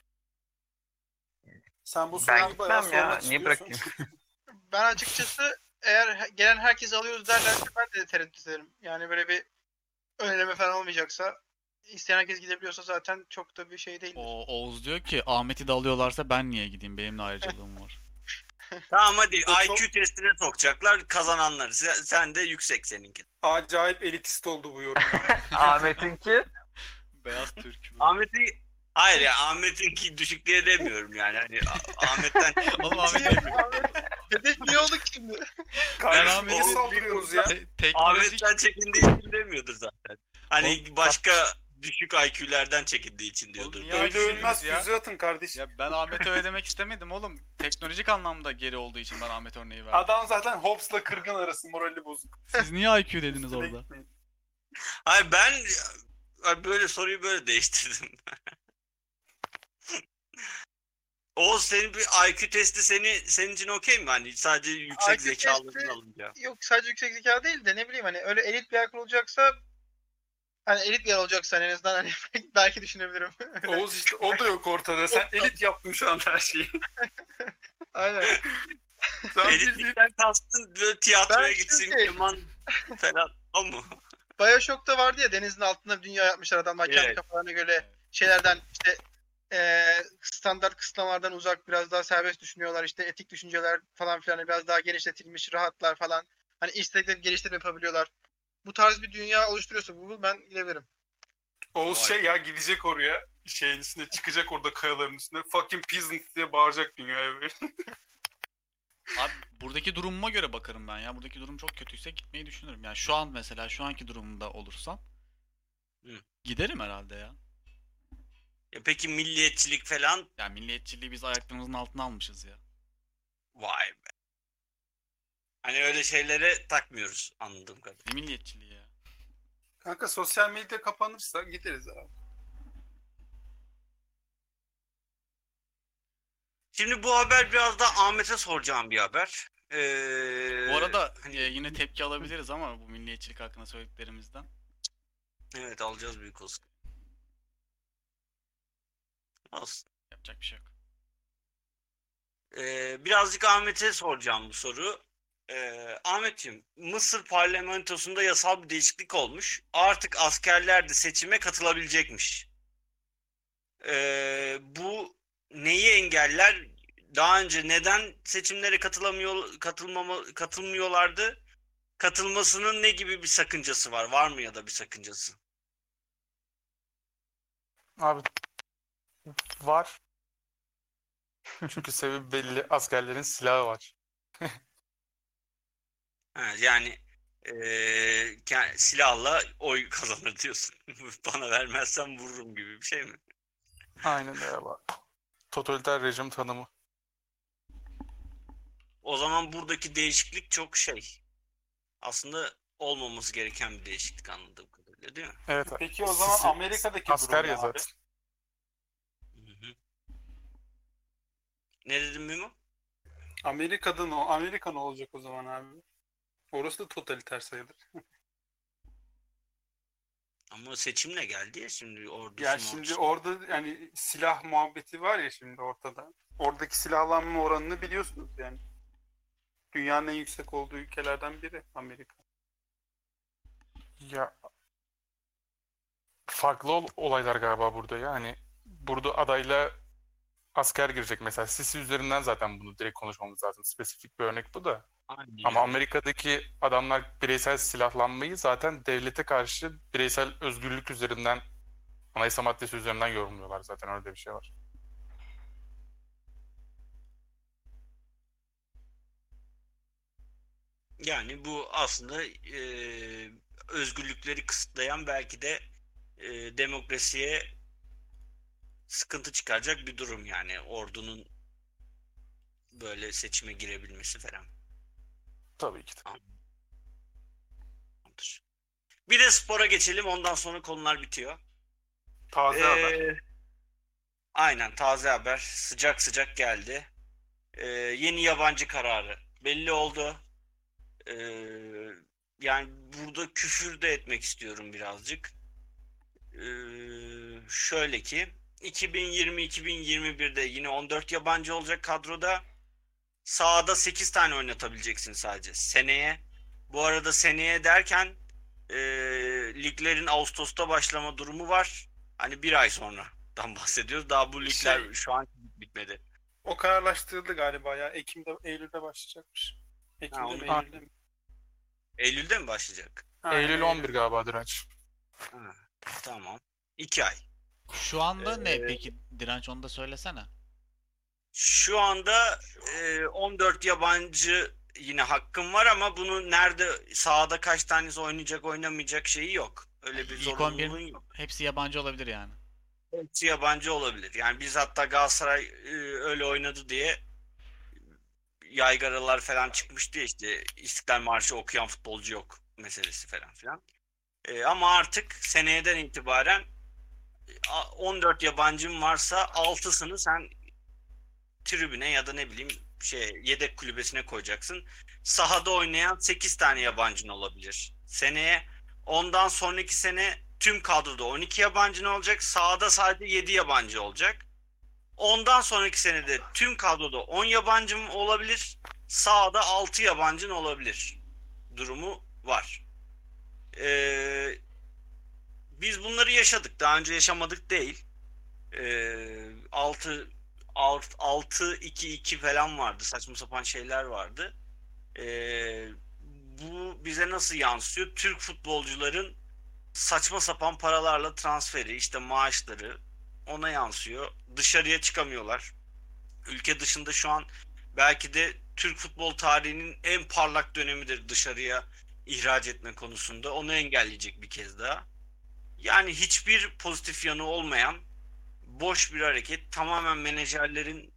Sen bu Ben soruyu bayağı gitmem ya. sormak Niye istiyorsun. bırakayım? Ben açıkçası eğer gelen herkesi alıyoruz derlerse ben de tereddüt ederim. Yani böyle bir önleme falan olmayacaksa isteyen herkes gidebiliyorsa zaten çok da bir şey değildir. Oğuz diyor ki Ahmet'i de alıyorlarsa ben niye gideyim? Benim de ayrıcalığım var. Tamam hadi O IQ çok- testine sokacaklar kazananları. Sen de yüksek seninki. Acayip elitist oldu bu yorum. Ahmet'inki Beyaz Türk. Ahmet'i hayır ya Ahmet'inki düşük diye demiyorum yani. Hani Ahmet'ten Oğlum Ahmet Hedef niye olduk şimdi? Kardeşim niye Ahmet'in saldırıyorsunuz ya? teknolojik Ahmet'ten çekindiği için demiyordur zaten. Hani başka düşük IQ'lerden çekindiği için diyordur. Oğlum niye Öyle IQ'luyuz ölmez ya? füze atın kardeşim. Ya ben Ahmet'e öyle demek istemedim oğlum. Teknolojik anlamda geri olduğu için ben Ahmet örneği verdim. Adam zaten Hobbes'la kırgın arası morali bozuk. Siz niye IQ dediniz Üstüne orada? gitmeyin. Hayır ben böyle soruyu böyle değiştirdim. Oğuz senin bir IQ testi senin için okey mi? Hani sadece yüksek IQ zekalıların testi- alınca. Yok sadece yüksek zeka değil de ne bileyim hani öyle elit bir akıl olacaksa Hani elit bir yer olacaksa en azından hani belki düşünebilirim. Oğuz işte o da yok ortada. Sen elit yaptın şu an her şeyi. Aynen. Sen bildiğin Elitlikten kastın böyle tiyatroya Ben gitsin, çünkü- keman falan. O mu? BioShock'ta vardı ya, denizin altında bir dünya yapmışlar adamlar kendi Evet. kafalarına göre şeylerden işte standart kısıtlamalardan uzak, biraz daha serbest düşünüyorlar, işte etik düşünceler falan filan biraz daha genişletilmiş, rahatlar falan. Hani istedikleri geliştirme yapabiliyorlar. Bu tarz bir dünya oluşturuyorsa Google, ben gidebilirim. Oğuz Vay şey be. ya, gidecek oraya. Şeyin üstüne çıkacak, orada kayaların üstüne. Fucking peasant diye bağıracak dünyaya böyle. Abi buradaki durumuma göre bakarım ben ya. Buradaki durum çok kötüyse gitmeyi düşünürüm. Yani şu an mesela şu anki durumda olursam Hı. giderim herhalde ya. Ya peki milliyetçilik falan? Yani milliyetçiliği biz ayaklarımızın altına almışız ya. Vay be. Hani öyle şeylere takmıyoruz anladığım kadarıyla. Ne milliyetçiliği ya? Kanka sosyal medya kapanırsa gideriz abi. Şimdi bu haber biraz da Ahmet'e soracağım bir haber. Bu arada hani yine tepki alabiliriz ama bu milliyetçilik hakkında söylediklerimizden. evet, alacağız büyük olsun. Olsun. Yapacak bir şey yok. Birazcık Ahmet'e soracağım bu soru. Ahmetciğim, Mısır parlamentosunda yasal bir değişiklik olmuş. Artık askerler de seçime katılabilecekmiş. Bu neyi engeller? Daha önce neden seçimlere katılmıyorlardı? Katılmasının ne gibi bir sakıncası var? Var mı ya da bir sakıncası? Abi var. Çünkü sebebi belli. Askerlerin silahı var. Ha, yani silahla oy kazanır diyorsun. Bana vermezsen vururum gibi bir şey mi? Aynen öyle var. Totaliter rejim tanımı. O zaman buradaki değişiklik çok şey. Aslında olmaması gereken bir değişiklik anladığım kadarıyla, değil mi? Evet. Peki o zaman Sisi- Amerika'daki asker durum ne ya abi? zaten. Hı hı. Ne dedim Mimo? Amerika ne olacak o zaman abi? Orası da totaliter sayılır. Ama seçimle geldi ya şimdi ordusu Ya şimdi orada yani silah muhabbeti var ya şimdi ortada. Oradaki silahlanma oranını biliyorsunuz yani. Dünyanın en yüksek olduğu ülkelerden biri Amerika. Ya farklı olaylar galiba burada ya. Hani burada adayla asker girecek mesela. Sisi üzerinden zaten bunu direkt konuşmamız lazım. Spesifik bir örnek bu da. Aynen Ama öyle. Amerika'daki adamlar bireysel silahlanmayı zaten devlete karşı bireysel özgürlük üzerinden, anayasa maddesi üzerinden yorumluyorlar, zaten öyle bir şey var. Yani bu aslında özgürlükleri kısıtlayan, belki de demokrasiye sıkıntı çıkaracak bir durum, yani ordunun böyle seçime girebilmesi falan. Tabii ki de. Tamamdır. Bir de spora geçelim, ondan sonra konular bitiyor. Taze haber. Aynen, taze haber. Sıcak sıcak geldi. Yeni yabancı kararı belli oldu. Yani burada küfür de etmek istiyorum birazcık. Şöyle ki 2020-2021'de yine 14 yabancı olacak kadroda. Sahada 8 tane oynatabileceksin sadece seneye. Bu arada seneye derken liglerin Ağustos'ta başlama durumu var. Hani bir ay sonradan bahsediyoruz. Daha bu ligler şu an bitmedi. O kararlaştırıldı galiba ya. Eylül'de başlayacakmış. Ekim'de onu- mi Eylül'de mi? Eylül'de mi başlayacak? Aynen, Eylül 11 galiba direnç. Ha, tamam. 2 ay. Şu anda ne peki direnç, onu da söylesene. Şu anda 14 yabancı yine hakkım var ama bunu nerede, sahada kaç tanesi oynayacak oynamayacak şeyi yok. Öyle bir İlk zorunluluğun 11'in yok. hepsi yabancı olabilir yani. Hepsi yabancı olabilir. Yani biz hatta Galatasaray öyle oynadı diye yaygaralar falan çıkmıştı ya, işte İstiklal Marşı okuyan futbolcu yok meselesi falan filan. Ama artık seneyden itibaren 14 yabancın varsa 6'sını sen tribüne ya da ne bileyim yedek kulübesine koyacaksın. Sahada oynayan 8 tane yabancın olabilir seneye. Ondan sonraki sene tüm kadroda 12 yabancın olacak. Sahada sadece 7 yabancı olacak. Ondan sonraki senede tüm kadroda 10 yabancım olabilir. Sahada 6 yabancın olabilir durumu var. Biz bunları yaşadık. Daha önce yaşamadık değil. 6-2-2 falan vardı. Saçma sapan şeyler vardı. Bu bize nasıl yansıyor? Türk futbolcuların saçma sapan paralarla transferi, işte maaşları ona yansıyor. Dışarıya çıkamıyorlar. Ülke dışında şu an belki de Türk futbol tarihinin en parlak dönemidir dışarıya ihraç etme konusunda. Onu engelleyecek bir kez daha. Yani hiçbir pozitif yanı olmayan boş bir hareket. Tamamen menajerlerin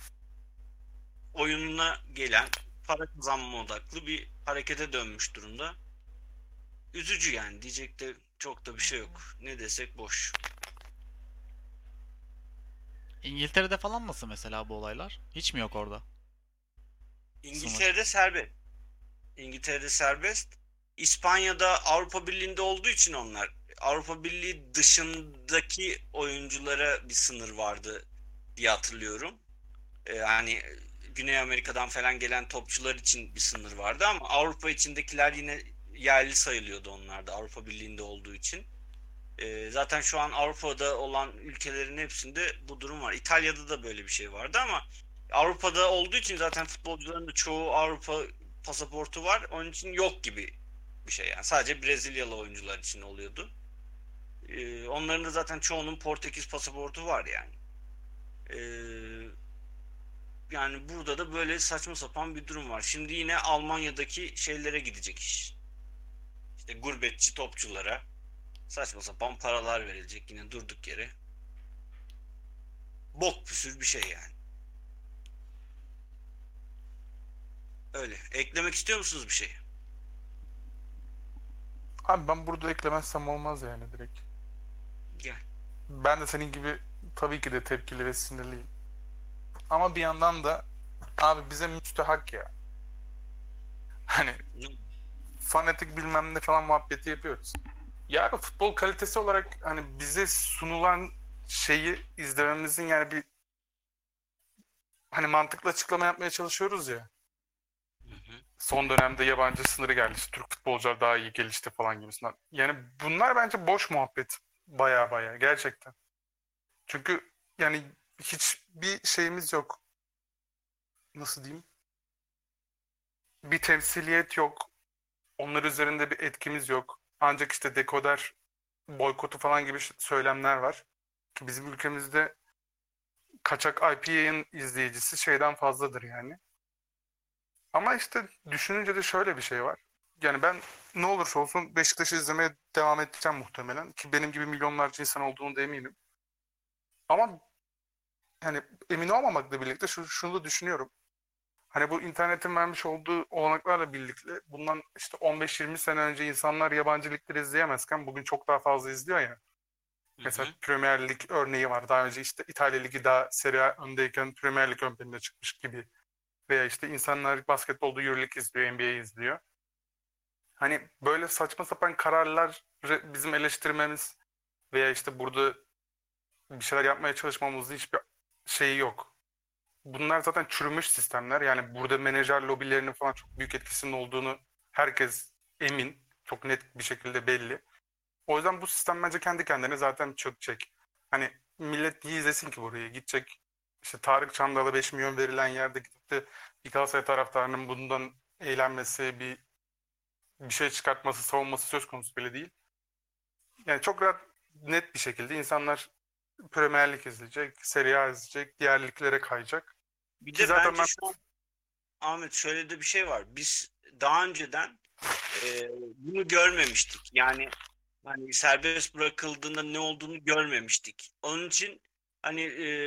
oyununa gelen para kazanma odaklı bir harekete dönmüş durumda. Üzücü yani. Diyecek de çok da bir şey yok. Ne desek boş. İngiltere'de falan nasıl mesela bu olaylar? Hiç mi yok orada? İngiltere'de serbest. İngiltere'de serbest. İspanya'da Avrupa Birliği'nde olduğu için onlar. Avrupa Birliği dışındaki oyunculara bir sınır vardı diye hatırlıyorum. Yani Güney Amerika'dan falan gelen topçular için bir sınır vardı ama Avrupa içindekiler yine yerli sayılıyordu onlar da Avrupa Birliği'nde olduğu için. Zaten şu an Avrupa'da olan ülkelerin hepsinde bu durum var. İtalya'da da böyle bir şey vardı ama Avrupa'da olduğu için zaten futbolcuların da çoğu Avrupa pasaportu var. Onun için yok gibi bir şey yani. Sadece Brezilyalı oyuncular için oluyordu. Onların da zaten çoğunun Portekiz pasaportu var yani. Yani burada da böyle saçma sapan bir durum var. Şimdi yine Almanya'daki şeylere gidecek iş. İşte gurbetçi topçulara saçma sapan paralar verilecek yine durduk yere. Bok püsür bir şey yani. Öyle. Eklemek istiyor musunuz bir şey? Abi ben burada eklemezsem olmaz yani direkt. Gel. Ben de senin gibi tabii ki de tepkili ve sinirliyim. Ama bir yandan da abi bize müstehak ya. Hani fanatik bilmem ne falan muhabbeti yapıyoruz. Ya futbol kalitesi olarak hani bize sunulan şeyi izlememizin yani bir hani mantıklı açıklama yapmaya çalışıyoruz ya. Son dönemde yabancı sınırı geldi. İşte Türk futbolcular daha iyi gelişti falan gibisinden. Yani bunlar bence boş muhabbet. Baya baya gerçekten. Çünkü yani hiçbir şeyimiz yok. Nasıl diyeyim? Bir temsiliyet yok. Onlar üzerinde bir etkimiz yok. Ancak işte dekoder boykotu falan gibi söylemler var. Ki bizim ülkemizde kaçak IP yayın izleyicisi şeyden fazladır yani. Ama işte düşününce de şöyle bir şey var. Yani ben ne olursa olsun Beşiktaş'ı izlemeye devam edeceğim muhtemelen. Ki benim gibi milyonlarca insan olduğunu da eminim. Ama yani emin olmamakla birlikte şunu da düşünüyorum. Hani bu internetin vermiş olduğu olanaklarla birlikte bundan işte 15-20 sene önce insanlar yabancı ligleri izleyemezken bugün çok daha fazla izliyor ya. Mesela Premier Lig örneği var. Daha önce işte İtalya Ligi daha Serie A öndeyken Premier Lig ön plana çıkmış gibi. Veya işte insanlar basketbolda EuroLeague izliyor, NBA izliyor. Hani böyle saçma sapan kararlar bizim eleştirmemiz veya işte burada bir şeyler yapmaya çalışmamızda hiçbir şeyi yok. Bunlar zaten çürümüş sistemler. Yani burada menajer lobilerinin falan çok büyük etkisinin olduğunu herkes emin. Çok net bir şekilde belli. O yüzden bu sistem bence kendi kendine zaten çökecek. Hani millet niye izlesin ki burayı? Gidecek işte Tarık Çamdal'a 5 milyon verilen yerde gidip de bir Galatasaray taraftarının bundan eğlenmesi, bir şey çıkartması, savunması söz konusu bile değil. Yani çok rahat, net bir şekilde insanlar Premier Lig izleyecek, Serie A izleyecek, diğer liglere kayacak. Bir Ki de zaten bence şu an Ahmet şöyle de bir şey var. Biz daha önceden bunu görmemiştik. Yani hani serbest bırakıldığında ne olduğunu görmemiştik. Onun için hani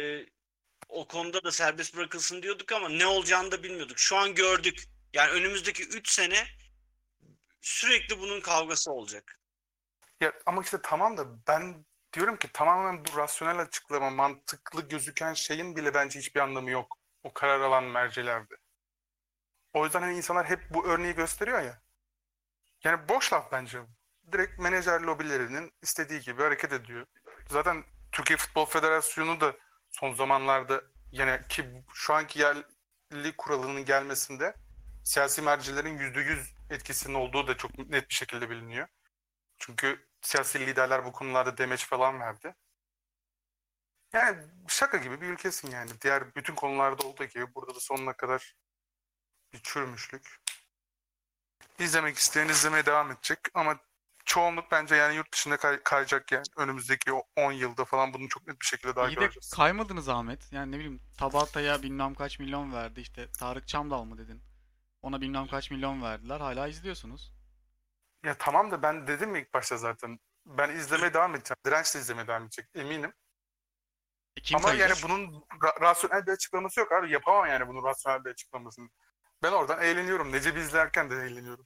o konuda da serbest bırakılsın diyorduk ama ne olacağını da bilmiyorduk. Şu an gördük. Yani önümüzdeki 3 sene sürekli bunun kavgası olacak. Ya ama işte tamam da ben diyorum ki tamamen bu rasyonel açıklama, mantıklı gözüken şeyin bile bence hiçbir anlamı yok. O karar alan mercilerde. O yüzden hani insanlar hep bu örneği gösteriyor ya. Yani boş laf bence. direkt menajer lobilerinin istediği gibi hareket ediyor. Zaten Türkiye Futbol Federasyonu da son zamanlarda yani ki şu anki yerli kuralının gelmesinde siyasi mercilerin %100 etkisinin olduğu da çok net bir şekilde biliniyor. Çünkü siyasi liderler bu konularda demeç falan verdi. Yani şaka gibi bir ülkesin yani. Diğer bütün konularda olduğu gibi burada da sonuna kadar bir çürümüşlük. İzlemek isteyen izlemeye devam edecek ama çoğunluk bence yani yurt dışında kayacak yani. Önümüzdeki 10 yılda falan bunu çok net bir şekilde daha İyi de göreceğiz. kaymadınız Ahmet. Yani ne bileyim Tabata'ya bilmem kaç milyon verdi. İşte Tarık Çamdal mı dedin? Ona bilmem kaç milyon verdiler. Hala izliyorsunuz. Ya tamam da ben dedim mi ilk başta zaten. Ben izlemeye devam edeceğim. Dirençle izlemeye devam edecek eminim. Kim Ama kayacak? yani bunun rasyonel bir açıklaması yok abi. Yapamam yani bunun rasyonel bir açıklamasını. Ben oradan eğleniyorum. Necip'i izlerken de eğleniyorum.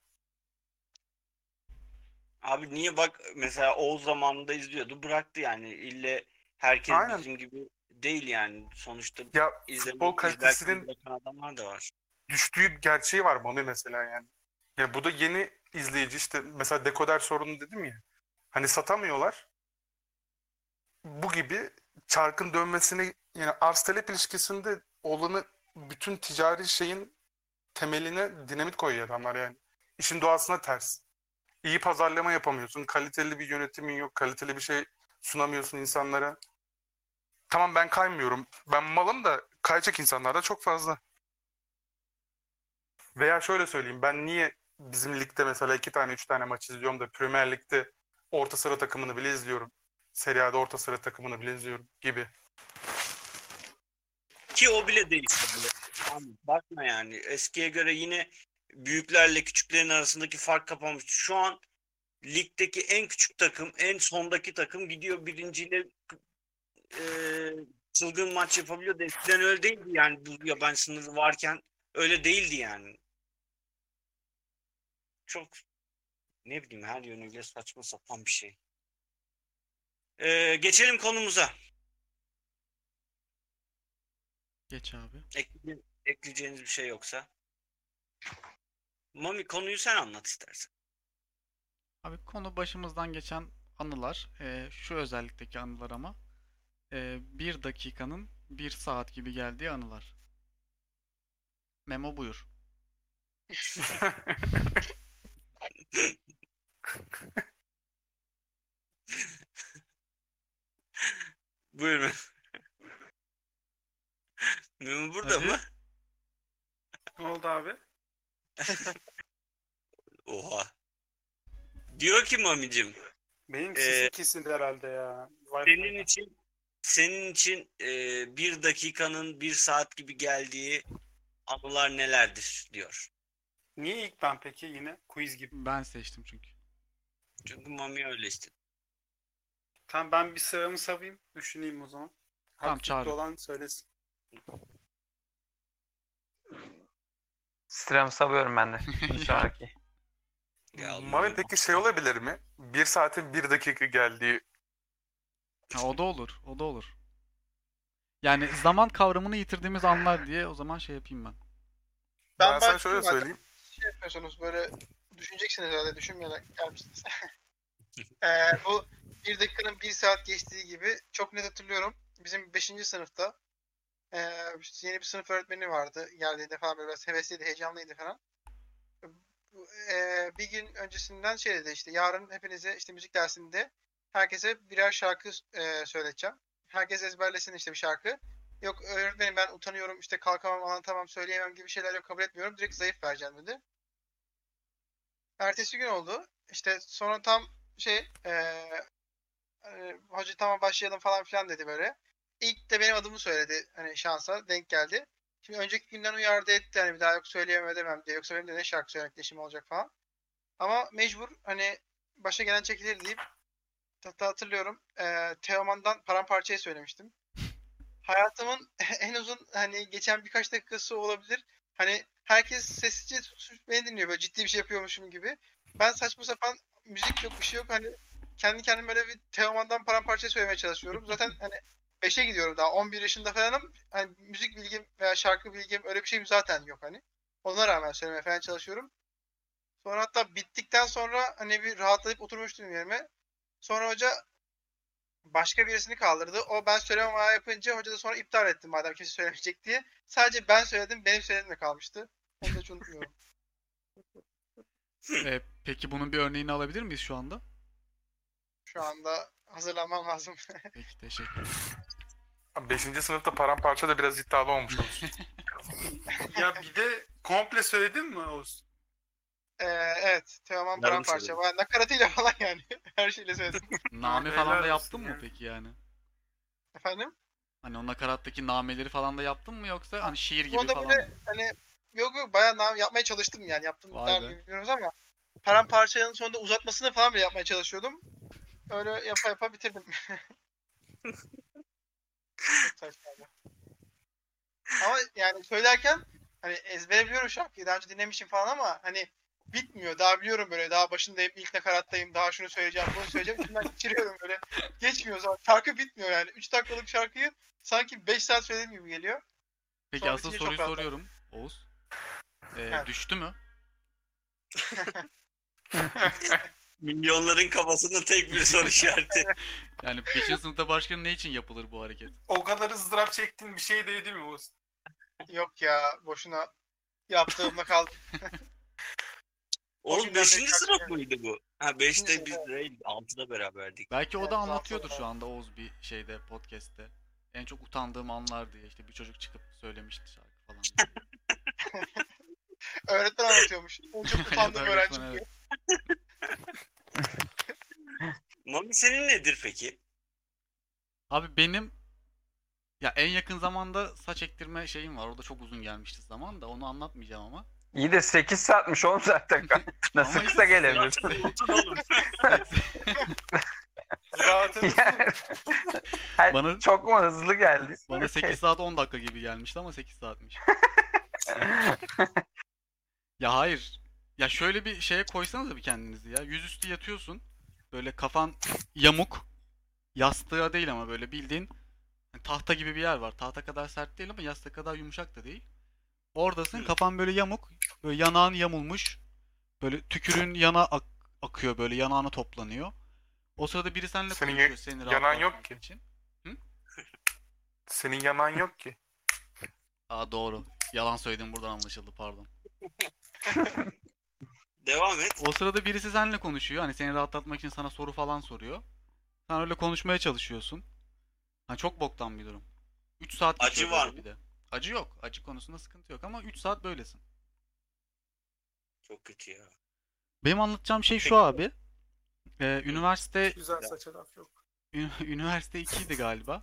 Abi niye bak mesela Oğuz zamanında izliyordu bıraktı yani. İlle herkes Aynen. bizim gibi değil yani. Sonuçta Ya futbol izlerken kalitesinin bırakan adamlar da var. düştüğü gerçeği var Mami mesela yani. Ya bu da yeni izleyici işte mesela dekoder sorunu dedim ya. Hani satamıyorlar. Bu gibi çarkın dönmesini yani arz talep ilişkisinde olanı bütün ticari şeyin temeline dinamit koyuyor adamlar yani. İşin doğasına ters. İyi pazarlama yapamıyorsun. Kaliteli bir yönetimin yok. Kaliteli bir şey sunamıyorsun insanlara. Tamam ben kaymıyorum. Ben malım da kayacak insanlar da çok fazla. Veya şöyle söyleyeyim. Ben niye bizim ligde mesela 2 tane 3 tane maç izliyorum da Premier Lig'de orta sıra takımını bile izliyorum. Serie A'da orta sıra takımını bile izliyorum gibi. Ki o bile değişti. Abi, bakma yani. Eskiye göre yine büyüklerle küçüklerin arasındaki fark kapanmış. Şu an ligdeki en küçük takım, en sondaki takım gidiyor birinciyle e, çılgın maç yapabiliyor. Eskiden öyle değildi yani bu yabancı sınırı varken öyle değildi yani. Çok ne bileyim her yönüyle saçma sapan bir şey. Geçelim konumuza. Geç abi. Ekleyeceğiniz bir şey yoksa. Mami konuyu sen anlat istersen. Abi konu başımızdan geçen anılar. Şu özellikteki anılar ama. Bir dakikanın bir saat gibi geldiği anılar. Memo buyur. Buyurun. Memo burada Hadi. mı? Ne oldu abi? Oha. Diyor ki Mami'cim Benim sesim kesildi herhalde ya. senin için bir dakikanın bir saat gibi geldiği anılar nelerdir diyor. Niye ilk ben peki yine? Quiz gibi. Ben seçtim çünkü. Çünkü Mami öyle istedi. Tamam ben bir sıramı savayım. Düşüneyim o zaman. Tamam, Haklıklı çağırın. olan söylesin. Sıramı savuyorum ben de. Bir sonraki. Ya Mami peki şey olabilir mi? 1 saatin 1 dakika geldiği. Ha, o da olur. O da olur. Yani zaman kavramını yitirdiğimiz anlar diye o zaman şey yapayım ben. Ben sana başlayayım şöyle zaten. söyleyeyim. Şey yapıyorsunuz böyle düşüneceksiniz herhalde düşünmeden gelmişsiniz. Bu bir dakikanın bir saat geçtiği gibi çok net hatırlıyorum. Bizim 5. sınıfta yeni bir sınıf öğretmeni vardı. Geldiğinde falan böyle biraz hevesliydi, heyecanlıydı falan. Bir gün öncesinden şey dedi işte yarın hepinize işte müzik dersinde herkese birer şarkı söyleteceğim. Herkes ezberlesin işte bir şarkı. Yok öğretmenim ben utanıyorum işte kalkamam anlatamam söyleyemem gibi şeyler yok kabul etmiyorum. Direkt zayıf vereceğim dedi. Ertesi gün oldu. İşte sonra tam hoca tamam başlayalım falan filan dedi böyle. İlk de benim adımı söyledi hani şansa denk geldi. Şimdi önceki günden uyardı etti hani bir daha yok söyleyemem edemem diye. Yoksa benim de ne şarkı söylemekle işim olacak falan. Ama mecbur hani başa gelen çekilir deyip hatta hatırlıyorum Teoman'dan Paramparçayı söylemiştim. Hayatımın en uzun hani geçen birkaç dakikası olabilir. Hani herkes sessizce beni dinliyor böyle ciddi bir şey yapıyormuşum gibi. Ben saçma sapan müzik yok bir şey yok hani kendi kendime böyle bir Teoman'dan Paramparçayı söylemeye çalışıyorum. Zaten hani 5'e gidiyorum daha 11 yaşında falanım. Hani müzik bilgim veya şarkı bilgim öyle bir şeyim zaten yok hani. Ona rağmen söylemeye falan çalışıyorum. Sonra hatta bittikten sonra hani bir rahatlayıp oturmuştum yerime. Sonra hoca başka birisini kaldırdı. O ben söylemem ayağı yapınca hoca da sonra iptal etti madem kimse söylemeyecek diye. Sadece ben söyledim, benim söylediğimle kalmıştı. Onu da hiç unutmuyorum. Peki bunun bir örneğini alabilir miyiz şu anda? Şu anda hazırlanmam lazım. Peki teşekkür ederim. 5. sınıfta paramparça da biraz iddialı olmuş olsun. Ya bir de komple söyledin mi Oğuz? Evet. Teoman Yarım paramparça. söyledim. Ben nakaratıyla falan yani. Her şeyle söyledim. Name helal falan da olsun yaptın mı ya. peki yani? Efendim? Hani o nakarattaki nameleri falan da yaptın mı yoksa hani şiir gibi Onda falan böyle mı? hani yok bayağı yapmaya çalıştım yani. Yaptım Vay der be. mi bilmiyoruz ama paramparçanın sonunda uzatmasını falan bile yapmaya çalışıyordum. Öyle yapa bitirdim. Çok saçmaydı. Ama yani söylerken hani ezbere biliyorum şarkıyı daha önce dinlemişim falan ama hani bitmiyor. Daha biliyorum böyle daha başındayım, ilk nakarattayım, daha şunu söyleyeceğim, bunu söyleyeceğim. İçimden geçiriyorum böyle. Geçmiyor zaman. Şarkı bitmiyor yani. 3 dakikalık şarkıyı sanki 5 saat söylediğim gibi geliyor. Peki Sonra asıl bitince çok soruyu rahatladım. soruyorum Oğuz. Evet. Düştü mü? Milyonların kafasında tek bir soru işareti. Yani 5. sınıfta başka ne için yapılır bu hareket? O kadar ızdırap çektiğin bir şey değil mi Oğuz? Yok ya boşuna yaptığımda kaldım. O Oğlum günden 5. beri sınıf şarkı- mıydı bu? Ha Beşinci 5'te sınıf, biz evet. değil 6'da beraberdik. Belki o Evet, da rahatsız anlatıyordur oldum. şu anda Oğuz bir şeyde, podcast'te. En çok utandığım anlar diye işte bir çocuk çıkıp söylemişti şarkı falan diye. Öğretmen anlatıyormuş. En çok Ya da utandığım öğretmen, öğrencim diye. Mami senin nedir peki? Abi benim ya en yakın zamanda saç ektirme şeyim var. Orada çok uzun gelmişti zaman da onu anlatmayacağım ama. İyi de 8 saatmiş oğlum zaten. Nasıl Ama kısa işte- gelebilir? Unutun oğlum. Zaten Yani- Hayır, Bana- çok mu hızlı geldi? Bana 8 saat 10 dakika gibi gelmişti ama 8 saatmiş. Ya hayır. Ya şöyle bir şeye koysanıza bir kendinizi ya. Yüzüstü yatıyorsun. Böyle kafan yamuk. Yastığa değil ama böyle bildiğin hani tahta gibi bir yer var. Tahta kadar sert değil ama yastık kadar yumuşak da değil. Oradasın, kafan böyle yamuk. Böyle yanağın yamulmuş. Böyle tükürüğün akıyor böyle yanağına toplanıyor. O sırada biri seninle Senin konuşuyor seni yanan yok rahatlatmak ki. için. Senin yanan yok ki. Aa doğru. Yalan söyledim buradan anlaşıldı pardon. Devam et. O sırada birisi seninle konuşuyor. Hani seni rahatlatmak için sana soru falan soruyor. Sen öyle konuşmaya çalışıyorsun. Hani çok boktan bir durum. 3 saat Acı geçiyor var böyle mı? bir de. Acı yok. Acı konusunda sıkıntı yok ama 3 saat böylesin. Çok kötü ya. Benim anlatacağım şey şu Peki. abi. Üniversite güzel saça laf yok. üniversite 2'ydi galiba.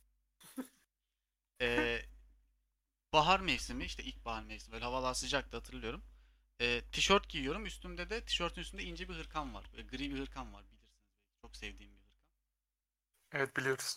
Bahar mevsimi işte ilkbahar mevsimi böyle havalar sıcaktı hatırlıyorum. Tişört giyiyorum üstümde de tişörtün üstünde ince bir hırkam var. Böyle gri bir hırkam var bilirsiniz. Çok sevdiğim bir hırkam. Evet biliyoruz.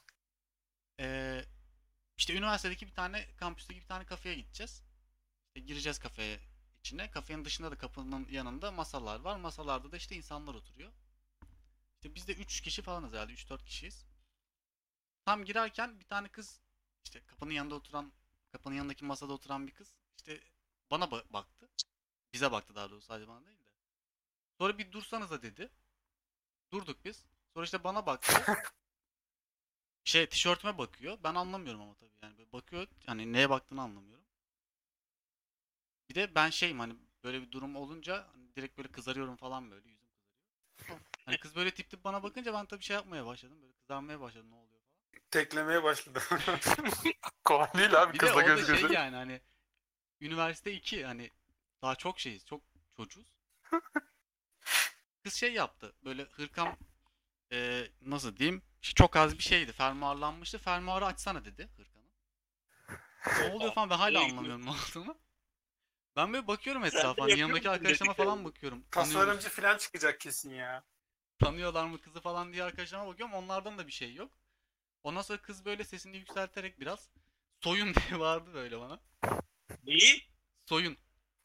İşte üniversitedeki bir tane kampüsteki bir tane kafeye gideceğiz. İşte gireceğiz kafeye içine. Kafenin dışında da kapının yanında masalar var. Masalarda da işte insanlar oturuyor. İşte biz de 3 kişi falanız herhalde 3-4 kişiyiz. Tam girerken bir tane kız işte kapının yanındaki masada oturan bir kız işte bana baktı. Bize baktı daha doğrusu sadece bana değil de. Sonra bir dursanıza dedi. Durduk biz. Sonra işte bana baktı. Tişörtüme bakıyor. Ben anlamıyorum ama tabii yani böyle bakıyor hani neye baktığını anlamıyorum. Bir de ben hani böyle bir durum olunca hani direkt böyle kızarıyorum falan böyle yüzüm kızarıyor. Hani kız böyle tip tip bana bakınca ben tabii şey yapmaya başladım böyle kızarmaya başladım ne oluyor falan. Teklemeye başladı. Kolay değil abi Bir de kızla o da göz göze. yani hani üniversite 2 hani daha çok şeyiz çok çocuğuz. Kız yaptı böyle hırkam nasıl diyeyim çok az bir şeydi fermuarlanmıştı fermuarı açsana dedi hırkanın. Ne oluyor falan ben hala anlamıyorum ne olduğunu. Ben böyle bakıyorum Sen de etrafa hani yapıyor yanımdaki musun arkadaşlarıma dediklerini? falan bakıyorum. Tasarımcı falan çıkacak kesin ya. Tanıyorlar mı kızı falan diye arkadaşlarıma bakıyorum onlardan da bir şey yok. Ondan sonra kız böyle sesini yükselterek biraz soyun diye bağırdı böyle bana. Neyi? Soyun.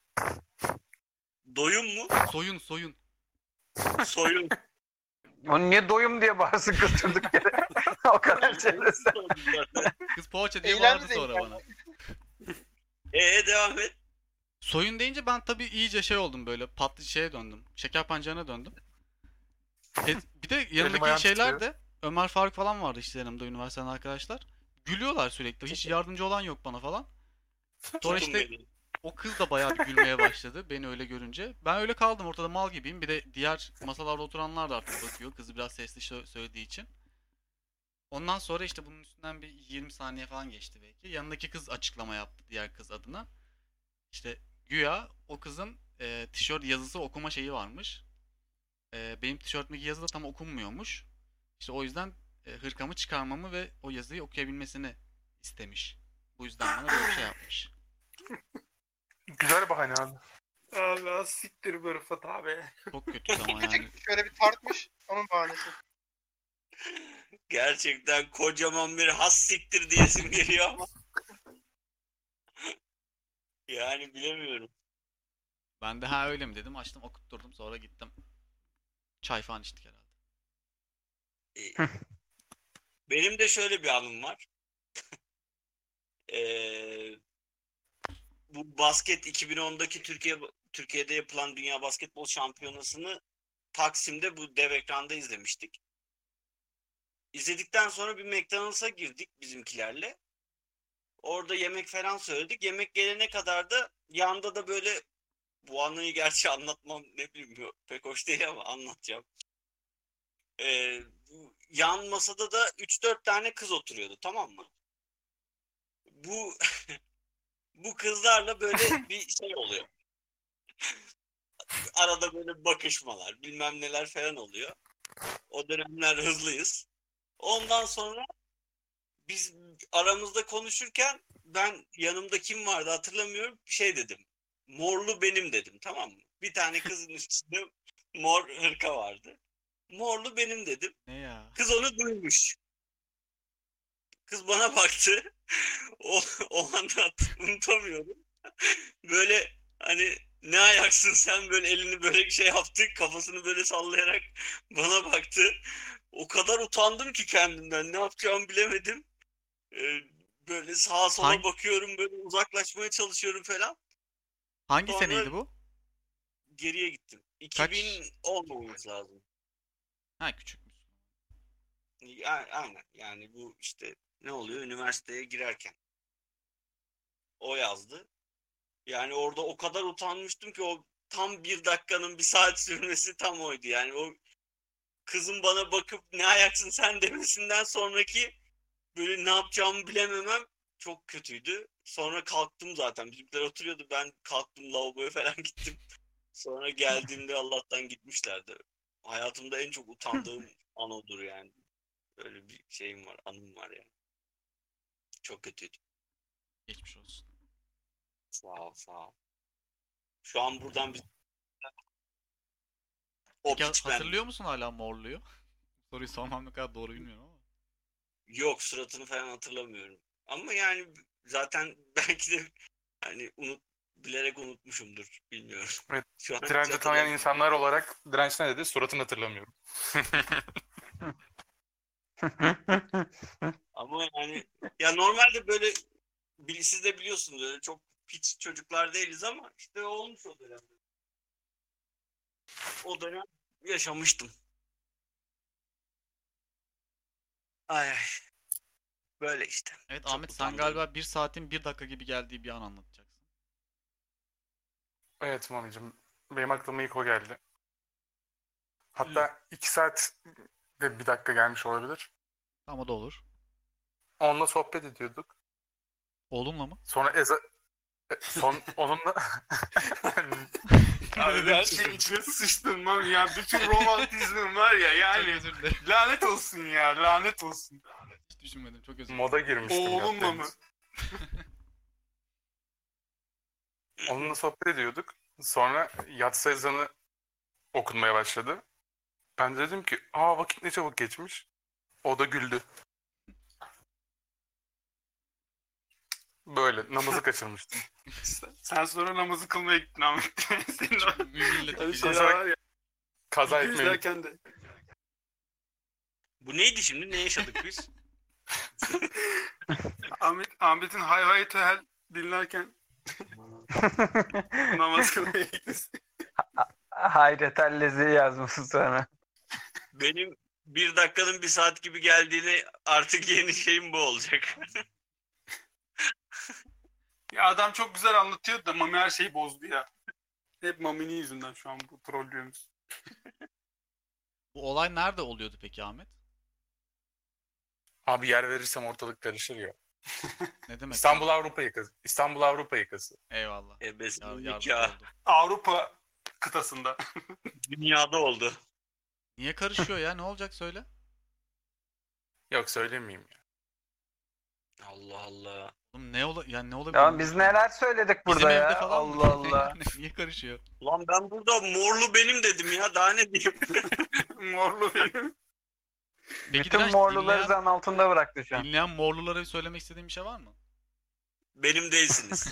Doyum mu? Soyun soyun. Soyun. Onu niye doyum diye bağırsın kıstırdık yere. O kadar çenesi. Kız poğaça diye Eğlendi bağırdı de sonra yani. bana. Devam et. Soyun deyince ben tabii iyice şey oldum, böyle patlı şeye döndüm. Şeker pancarına döndüm. Bir de Elim yanımdaki ayağım şeyler titriyor. de Ömer Faruk falan vardı işte yanımda, üniversiteden arkadaşlar. Gülüyorlar sürekli. Hiç yardımcı olan yok bana falan. Sonra Tutun işte beni. o kız da bayağı bir gülmeye başladı beni öyle görünce. Ben öyle kaldım ortada mal gibiyim. Bir de diğer masalarda oturanlar da artık bakıyor. Kızı biraz sesli söylediği için. Ondan sonra işte bunun üstünden bir 20 saniye falan geçti belki. Yanındaki kız açıklama yaptı diğer kız adına. İşte güya o kızın tişört yazısı okuma şeyi varmış. Benim tişörtümdeki yazı da tam okunmuyormuş. İşte o yüzden hırkamı çıkarmamı ve o yazıyı okuyabilmesini istemiş. Bu yüzden bana böyle bir şey yapmış. Güzel bahane abi. Allah siktir bu Rıfat abi. Çok kötü ama yani. Şöyle bir tartmış. Onun bahanesi. Gerçekten kocaman bir has siktir diyesim geliyor ama. Yani bilemiyorum. Ben de ha öyle mi dedim, açtım okutturdum, sonra gittim. Çay falan içtik herhalde. Benim de şöyle bir anım var. Bu basket 2010'daki Türkiye'de yapılan Dünya Basketbol Şampiyonası'nı Taksim'de bu dev ekranda izlemiştik. İzledikten sonra bir McDonald's'a girdik bizimkilerle. Orada yemek falan söyledik. Yemek gelene kadar da yanda da böyle, bu anıyı gerçi anlatmam ne bileyim pek hoş değil ama anlatacağım. Bu yan masada da 3-4 tane kız oturuyordu, tamam mı? Bu kızlarla böyle bir şey oluyor. Arada böyle bakışmalar, bilmem neler falan oluyor. O dönemler hızlıyız. Ondan sonra biz aramızda konuşurken ben, yanımda kim vardı hatırlamıyorum, şey dedim. Morlu benim dedim, tamam mı? Bir tane kızın üstünde mor hırka vardı. Morlu benim dedim. Ne ya? Kız onu duymuş. Kız bana baktı. O, o anda unutamıyorum. Böyle hani, ne ayaksın sen, böyle elini böyle şey yaptı, kafasını böyle sallayarak bana baktı. O kadar utandım ki kendimden, ne yapacağımı bilemedim. Böyle sağa sola Hangi- bakıyorum, böyle uzaklaşmaya çalışıyorum falan. Hangi Sonra seneydi bu? geriye gittim. Kaç? 2010 olması lazım. Ha, küçükmüş. Aynen, yani bu işte ne oluyor, üniversiteye girerken. O yazdı. Yani orada o kadar utanmıştım ki, o tam bir dakikanın bir saat sürmesi tam oydu. Yani o kızın bana bakıp ne ayaksın sen demesinden sonraki böyle ne yapacağımı bilememem çok kötüydü. Sonra kalktım zaten. Bizimkiler oturuyordu. Ben kalktım, lavaboya falan gittim. Sonra geldiğimde Allah'tan gitmişlerdi. Hayatımda en çok utandığım an odur yani. Öyle bir şeyim var, anım var yani. Çok kötüydü. Geçmiş olsun. Sağ ol, sağ ol. Şu an buradan bir Peki piç ben. hatırlıyor musun hala Morlu'yu? Soruyu sormam ne kadar doğru bilmiyorum ama. Yok, suratını falan hatırlamıyorum. Ama yani zaten belki de hani bilerek unutmuşumdur. Bilmiyorum. Evet, Şu an hiç Direnci tanıyan hatırlamıyorum. insanlar olarak direnç ne dedi? Suratını hatırlamıyorum. Ama yani ya normalde böyle, siz de biliyorsunuz, öyle çok piç çocuklar değiliz ama işte olmuş o dönemde. O dönem yaşamıştım. Ay ay. Böyle işte. Evet Çok Ahmet, sen utandığım. galiba 1 saatin 1 dakika gibi geldiği bir an anlatacaksın. Evet Mami'cim. Benim aklıma ilk o geldi. Hatta 2 saat de 1 dakika gelmiş olabilir. Ama da olur. Onunla sohbet ediyorduk. Oğlumla mı? Sonra onunla Abi her şeyin içine sıçtın lan ya. Bütün romantizmin var ya Çok yani. özür dilerim. Lanet olsun ya, lanet olsun. Hiç düşünmedim. Çok özür dilerim. moda girmiştim. Oğlumla ya. mı? Onunla sohbet ediyorduk. Sonra yatsı ezanı okunmaya başladı. Ben dedim ki vakit ne çabuk geçmiş. O da güldü. Böyle namazı kaçırmıştım. Sen sonra namazı kılmaya gittin Ahmet. Senin o Müminle öyle tepki. şeyler var ya. Kaza Video etmeyi izlerken de. Bu neydi şimdi? Ne yaşadık biz? Ahmet'in Hay Hay to Hell dinlerken Namaz kılmaya gitmesin. Hayret Allezi yazmışsın sonra. Benim bir dakikanın bir saat gibi geldiğini artık yeni şeyim bu olacak. Ya adam çok güzel anlatıyordu da Mami her şeyi bozdu ya. Hep Mami'nin yüzünden şu an bu trollüyoruz. Bu olay nerede oluyordu peki Ahmet? Abi yer verirsem ortalık karışır ya. Ne demek? İstanbul Avrupa yakası. İstanbul Avrupa yakası. Eyvallah. Ebesin Yardımcı ya. oldu. Avrupa kıtasında. Dünyada oldu. Niye karışıyor ya? Ne olacak söyle. Yok söylemeyeyim ya. Allah Allah. Oğlum ne yani ne olabilir? Ya biz neler söyledik Bizim burada evde ya. falan mı? Allah Allah. Yani niye karışıyor? Ulan ben burada morlu benim dedim ya. Daha ne diyeyim? Morlu benim. Peki Bütün Direnç, morluları zan altında bıraktı şu an. dinleyen morlulara söylemek istediğin bir şey var mı? Benim değilsiniz.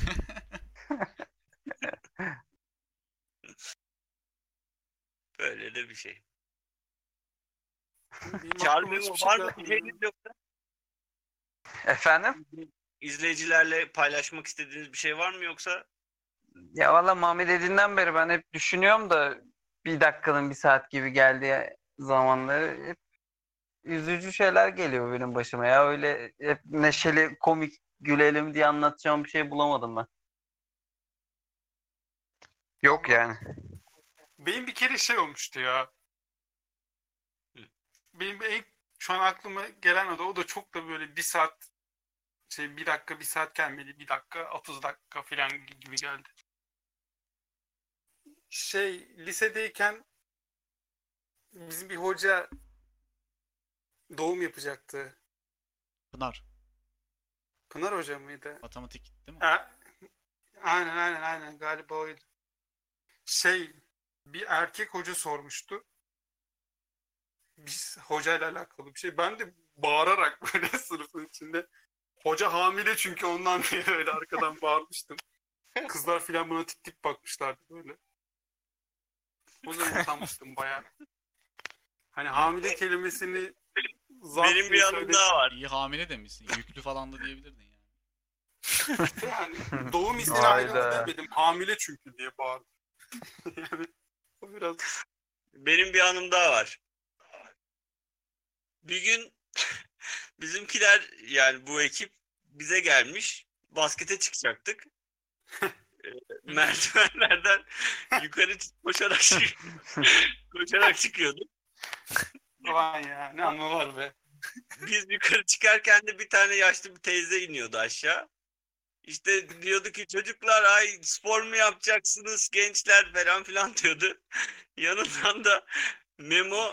Böyle de bir şey. Benim Çağrı aklıma hiçbir var şey mı? Bir gelmiyor. şeyiniz yoksa Efendim? izleyicilerle paylaşmak istediğiniz bir şey var mı yoksa? Ya valla Mami dediğinden beri ben hep düşünüyorum da bir dakikanın bir saat gibi geldiği zamanları hep üzücü şeyler geliyor benim başıma ya. Öyle hep neşeli, komik, gülelim diye anlatacağım bir şey bulamadım ben. Yok yani. Benim bir kere şey olmuştu ya. Benim şu an aklıma gelen o da çok da böyle bir saat bir dakika bir saat gelmedi. Bir dakika 30 dakika falan gibi geldi. Lisedeyken bizim bir hoca doğum yapacaktı. Pınar. Pınar Hoca mıydı? Matematik değil mi? Ha, aynen galiba oydu. Bir erkek hoca sormuştu. Biz hocayla alakalı bir şey. Ben de bağırarak böyle sınıfın içinde. Hoca hamile çünkü ondan diye öyle arkadan bağırmıştım. Kızlar filan buna tip tip bakmışlardı böyle. O zaman utanmıştım bayağı. Hani hamile kelimesini Benim bir anım daha var. İyi hamile demişsin. Yüklü falan da diyebilirdin yani. Yani doğum izni Hayda. ayrıldı demedim. Hamile çünkü diye bağırdım. Yani o biraz... Benim bir anım daha var. Bir gün bizimkiler yani bu ekip bize gelmiş. Baskete çıkacaktık. Merdivenlerden yukarı koşarak çıkıyorduk. Vay ya ne anılar be. Biz yukarı çıkarken de bir tane yaşlı bir teyze iniyordu aşağı. İşte diyordu ki çocuklar ay spor mu yapacaksınız gençler falan filan diyordu. Yanından da Memo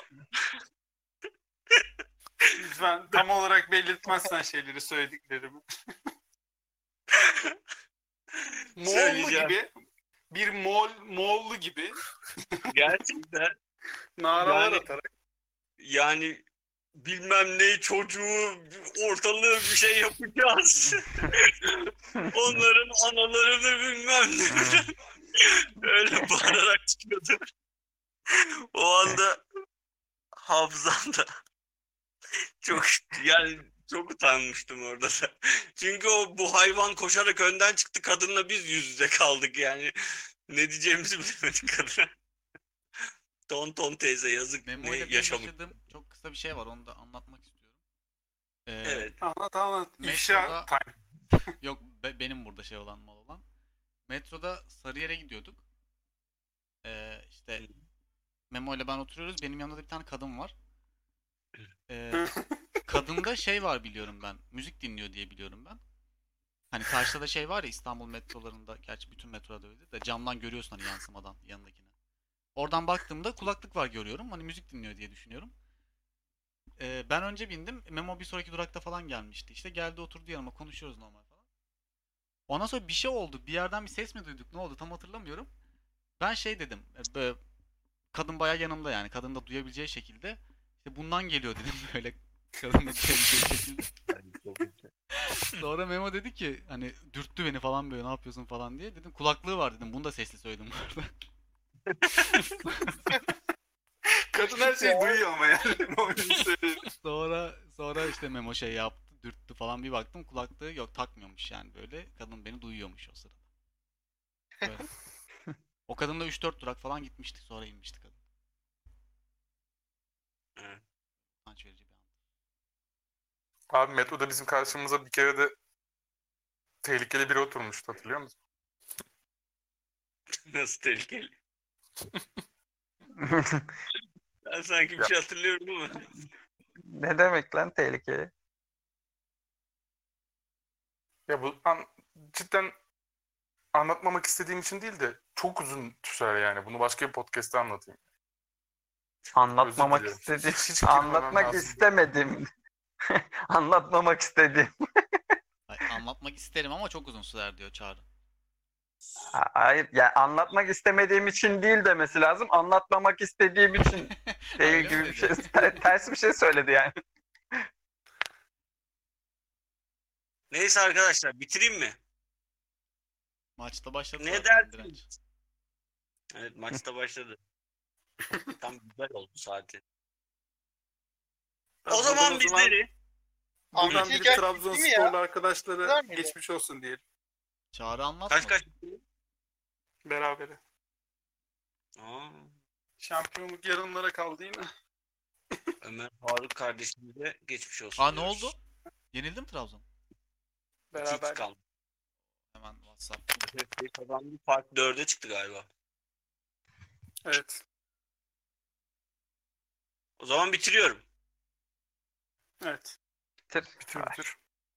Lütfen tam olarak belirtmezsen şeyleri söylediklerimi. Moğollu Söyleyeceğim. gibi bir Moğollu gibi gerçekten naralar Yani- atarak yani bilmem ne çocuğu ortalığı bir şey yapacağız. Onların analarını bilmem ne. Öyle bağırarak çıkıyordu. O anda hafızamda çok yani çok utanmıştım orada da. Çünkü bu hayvan koşarak önden çıktı, kadınla biz yüz yüze kaldık yani. Ne diyeceğimizi bilemedik kadına. Ton teyze yazık Memo ne ile benim yaşamış. yaşadığım çok kısa bir şey var. Onu da anlatmak istiyorum. Evet. anlat. İfşa Metroda- time. Yok benim burada şey olan mal olan. Metroda Sarıyer'e gidiyorduk. İşte Memo ile ben oturuyoruz. Benim yanımda da bir tane kadın var. Kadında şey var biliyorum ben. Müzik dinliyor diye biliyorum ben. Hani karşıda da şey var ya İstanbul metrolarında. Gerçi bütün metroda öyle de camdan görüyorsun hani yansımadan yanındakini. Oradan baktığımda kulaklık var görüyorum. Hani müzik dinliyor diye düşünüyorum. Ben önce bindim. Memo bir sonraki durakta falan gelmişti. İşte geldi oturdu yanıma konuşuyoruz normal falan. Ondan sonra bir şey oldu. Bir yerden bir ses mi duyduk? Ne oldu? Tam hatırlamıyorum. Ben şey dedim. Böyle, kadın bayağı yanımda yani. Kadın da duyabileceği şekilde. İşte bundan geliyor dedim böyle. Kadın da duyabileceği şekilde. Sonra Memo dedi ki hani dürttü beni falan böyle ne yapıyorsun falan diye. Dedim kulaklığı var dedim. Bunu da sesli söyledim bu arada. Kadın her şeyi duyuyor ama yani. O yüzden söylüyorum. Sonra işte Memo şey yaptı. Dürttü falan bir baktım kulaklığı yok takmıyormuş yani böyle. Kadın beni duyuyormuş o sırada. Böyle. O kadınla 3-4 durak falan gitmiştik. Sonra inmiştik kadın. Evet. Utanç verici bir an. Abi metroda bizim karşımıza bir kere de tehlikeli biri oturmuştu, hatırlıyor musun? Nasıl tehlikeli? Ben sanki bir şey hatırlıyorum ama. Ne demek lan tehlikeli? Ya bu cidden anlatmamak istediğim için değil de çok uzun sürer yani. Bunu başka bir podcast'te anlatayım. Anlatmamak dilerim. istediğim. Hiç girmemem Anlatmak lazım. istemedim. Anlatmamak istediğim. Ay, anlatmak isterim ama çok uzun sürer diyor Çağrı. Hayır, yani anlatmak istemediğim için değil demesi lazım. Anlatmamak istediğim için değil Öyle gibi mi bir şey. dedi? Ters bir şey söyledi yani. Neyse arkadaşlar bitireyim mi? Maçta başladı Ne zaten dersiniz? direnç. Evet maçta başladı. Tam güzel oldu saati. O zaman bizleri Buradan Ahmet'in bir hikayesi bitti mi ya? Trabzonsporlu arkadaşlara Güzel miydi? geçmiş olsun diyelim. Çağrı anlatmadı. kaç? Berabere. Aa, Şampiyonluk yarımlara kaldı yine. Ömer Faruk kardeşimize geçmiş olsun Aa ne diyoruz. oldu? Yenildi mi Trabzon? 2-2 Beraber. kaldı. Hemen WhatsApp. Efes'te kazandı. Fark 4'e çıktı galiba. Evet. O zaman bitiriyorum. Evet. Bitir.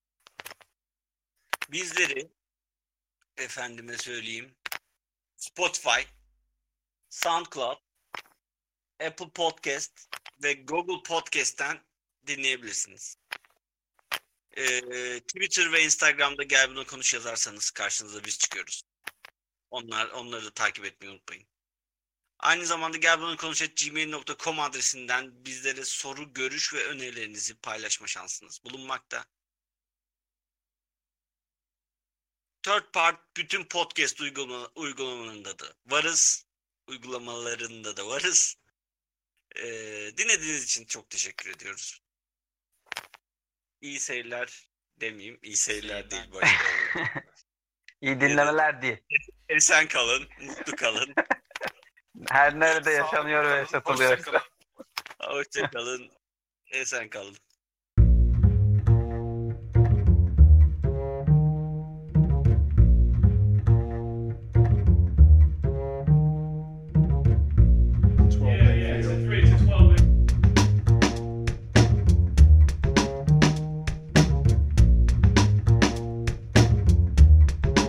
Bizleri efendime söyleyeyim Spotify, SoundCloud, Apple Podcast ve Google Podcast'ten dinleyebilirsiniz. Twitter ve Instagram'da Gel Bunu Konuş yazarsanız karşınıza biz çıkıyoruz. Onları da takip etmeyi unutmayın. Aynı zamanda gelbunukonuş@gmail.com adresinden bizlere soru, görüş ve önerilerinizi paylaşma şansınız bulunmakta. Third Part bütün podcast uygulamalarında da varız. Uygulamalarında da varız. Dinlediğiniz için çok teşekkür ediyoruz. İyi seyirler demeyeyim. İyi seyirler değil. Başka. İyi dinlemeler diye. Esen kalın. Mutlu kalın. Her nerede Sağlıklı yaşanıyor ve kalın, yaşatılıyor. hoşça kalın. Hoşça kalın. Esen kalın.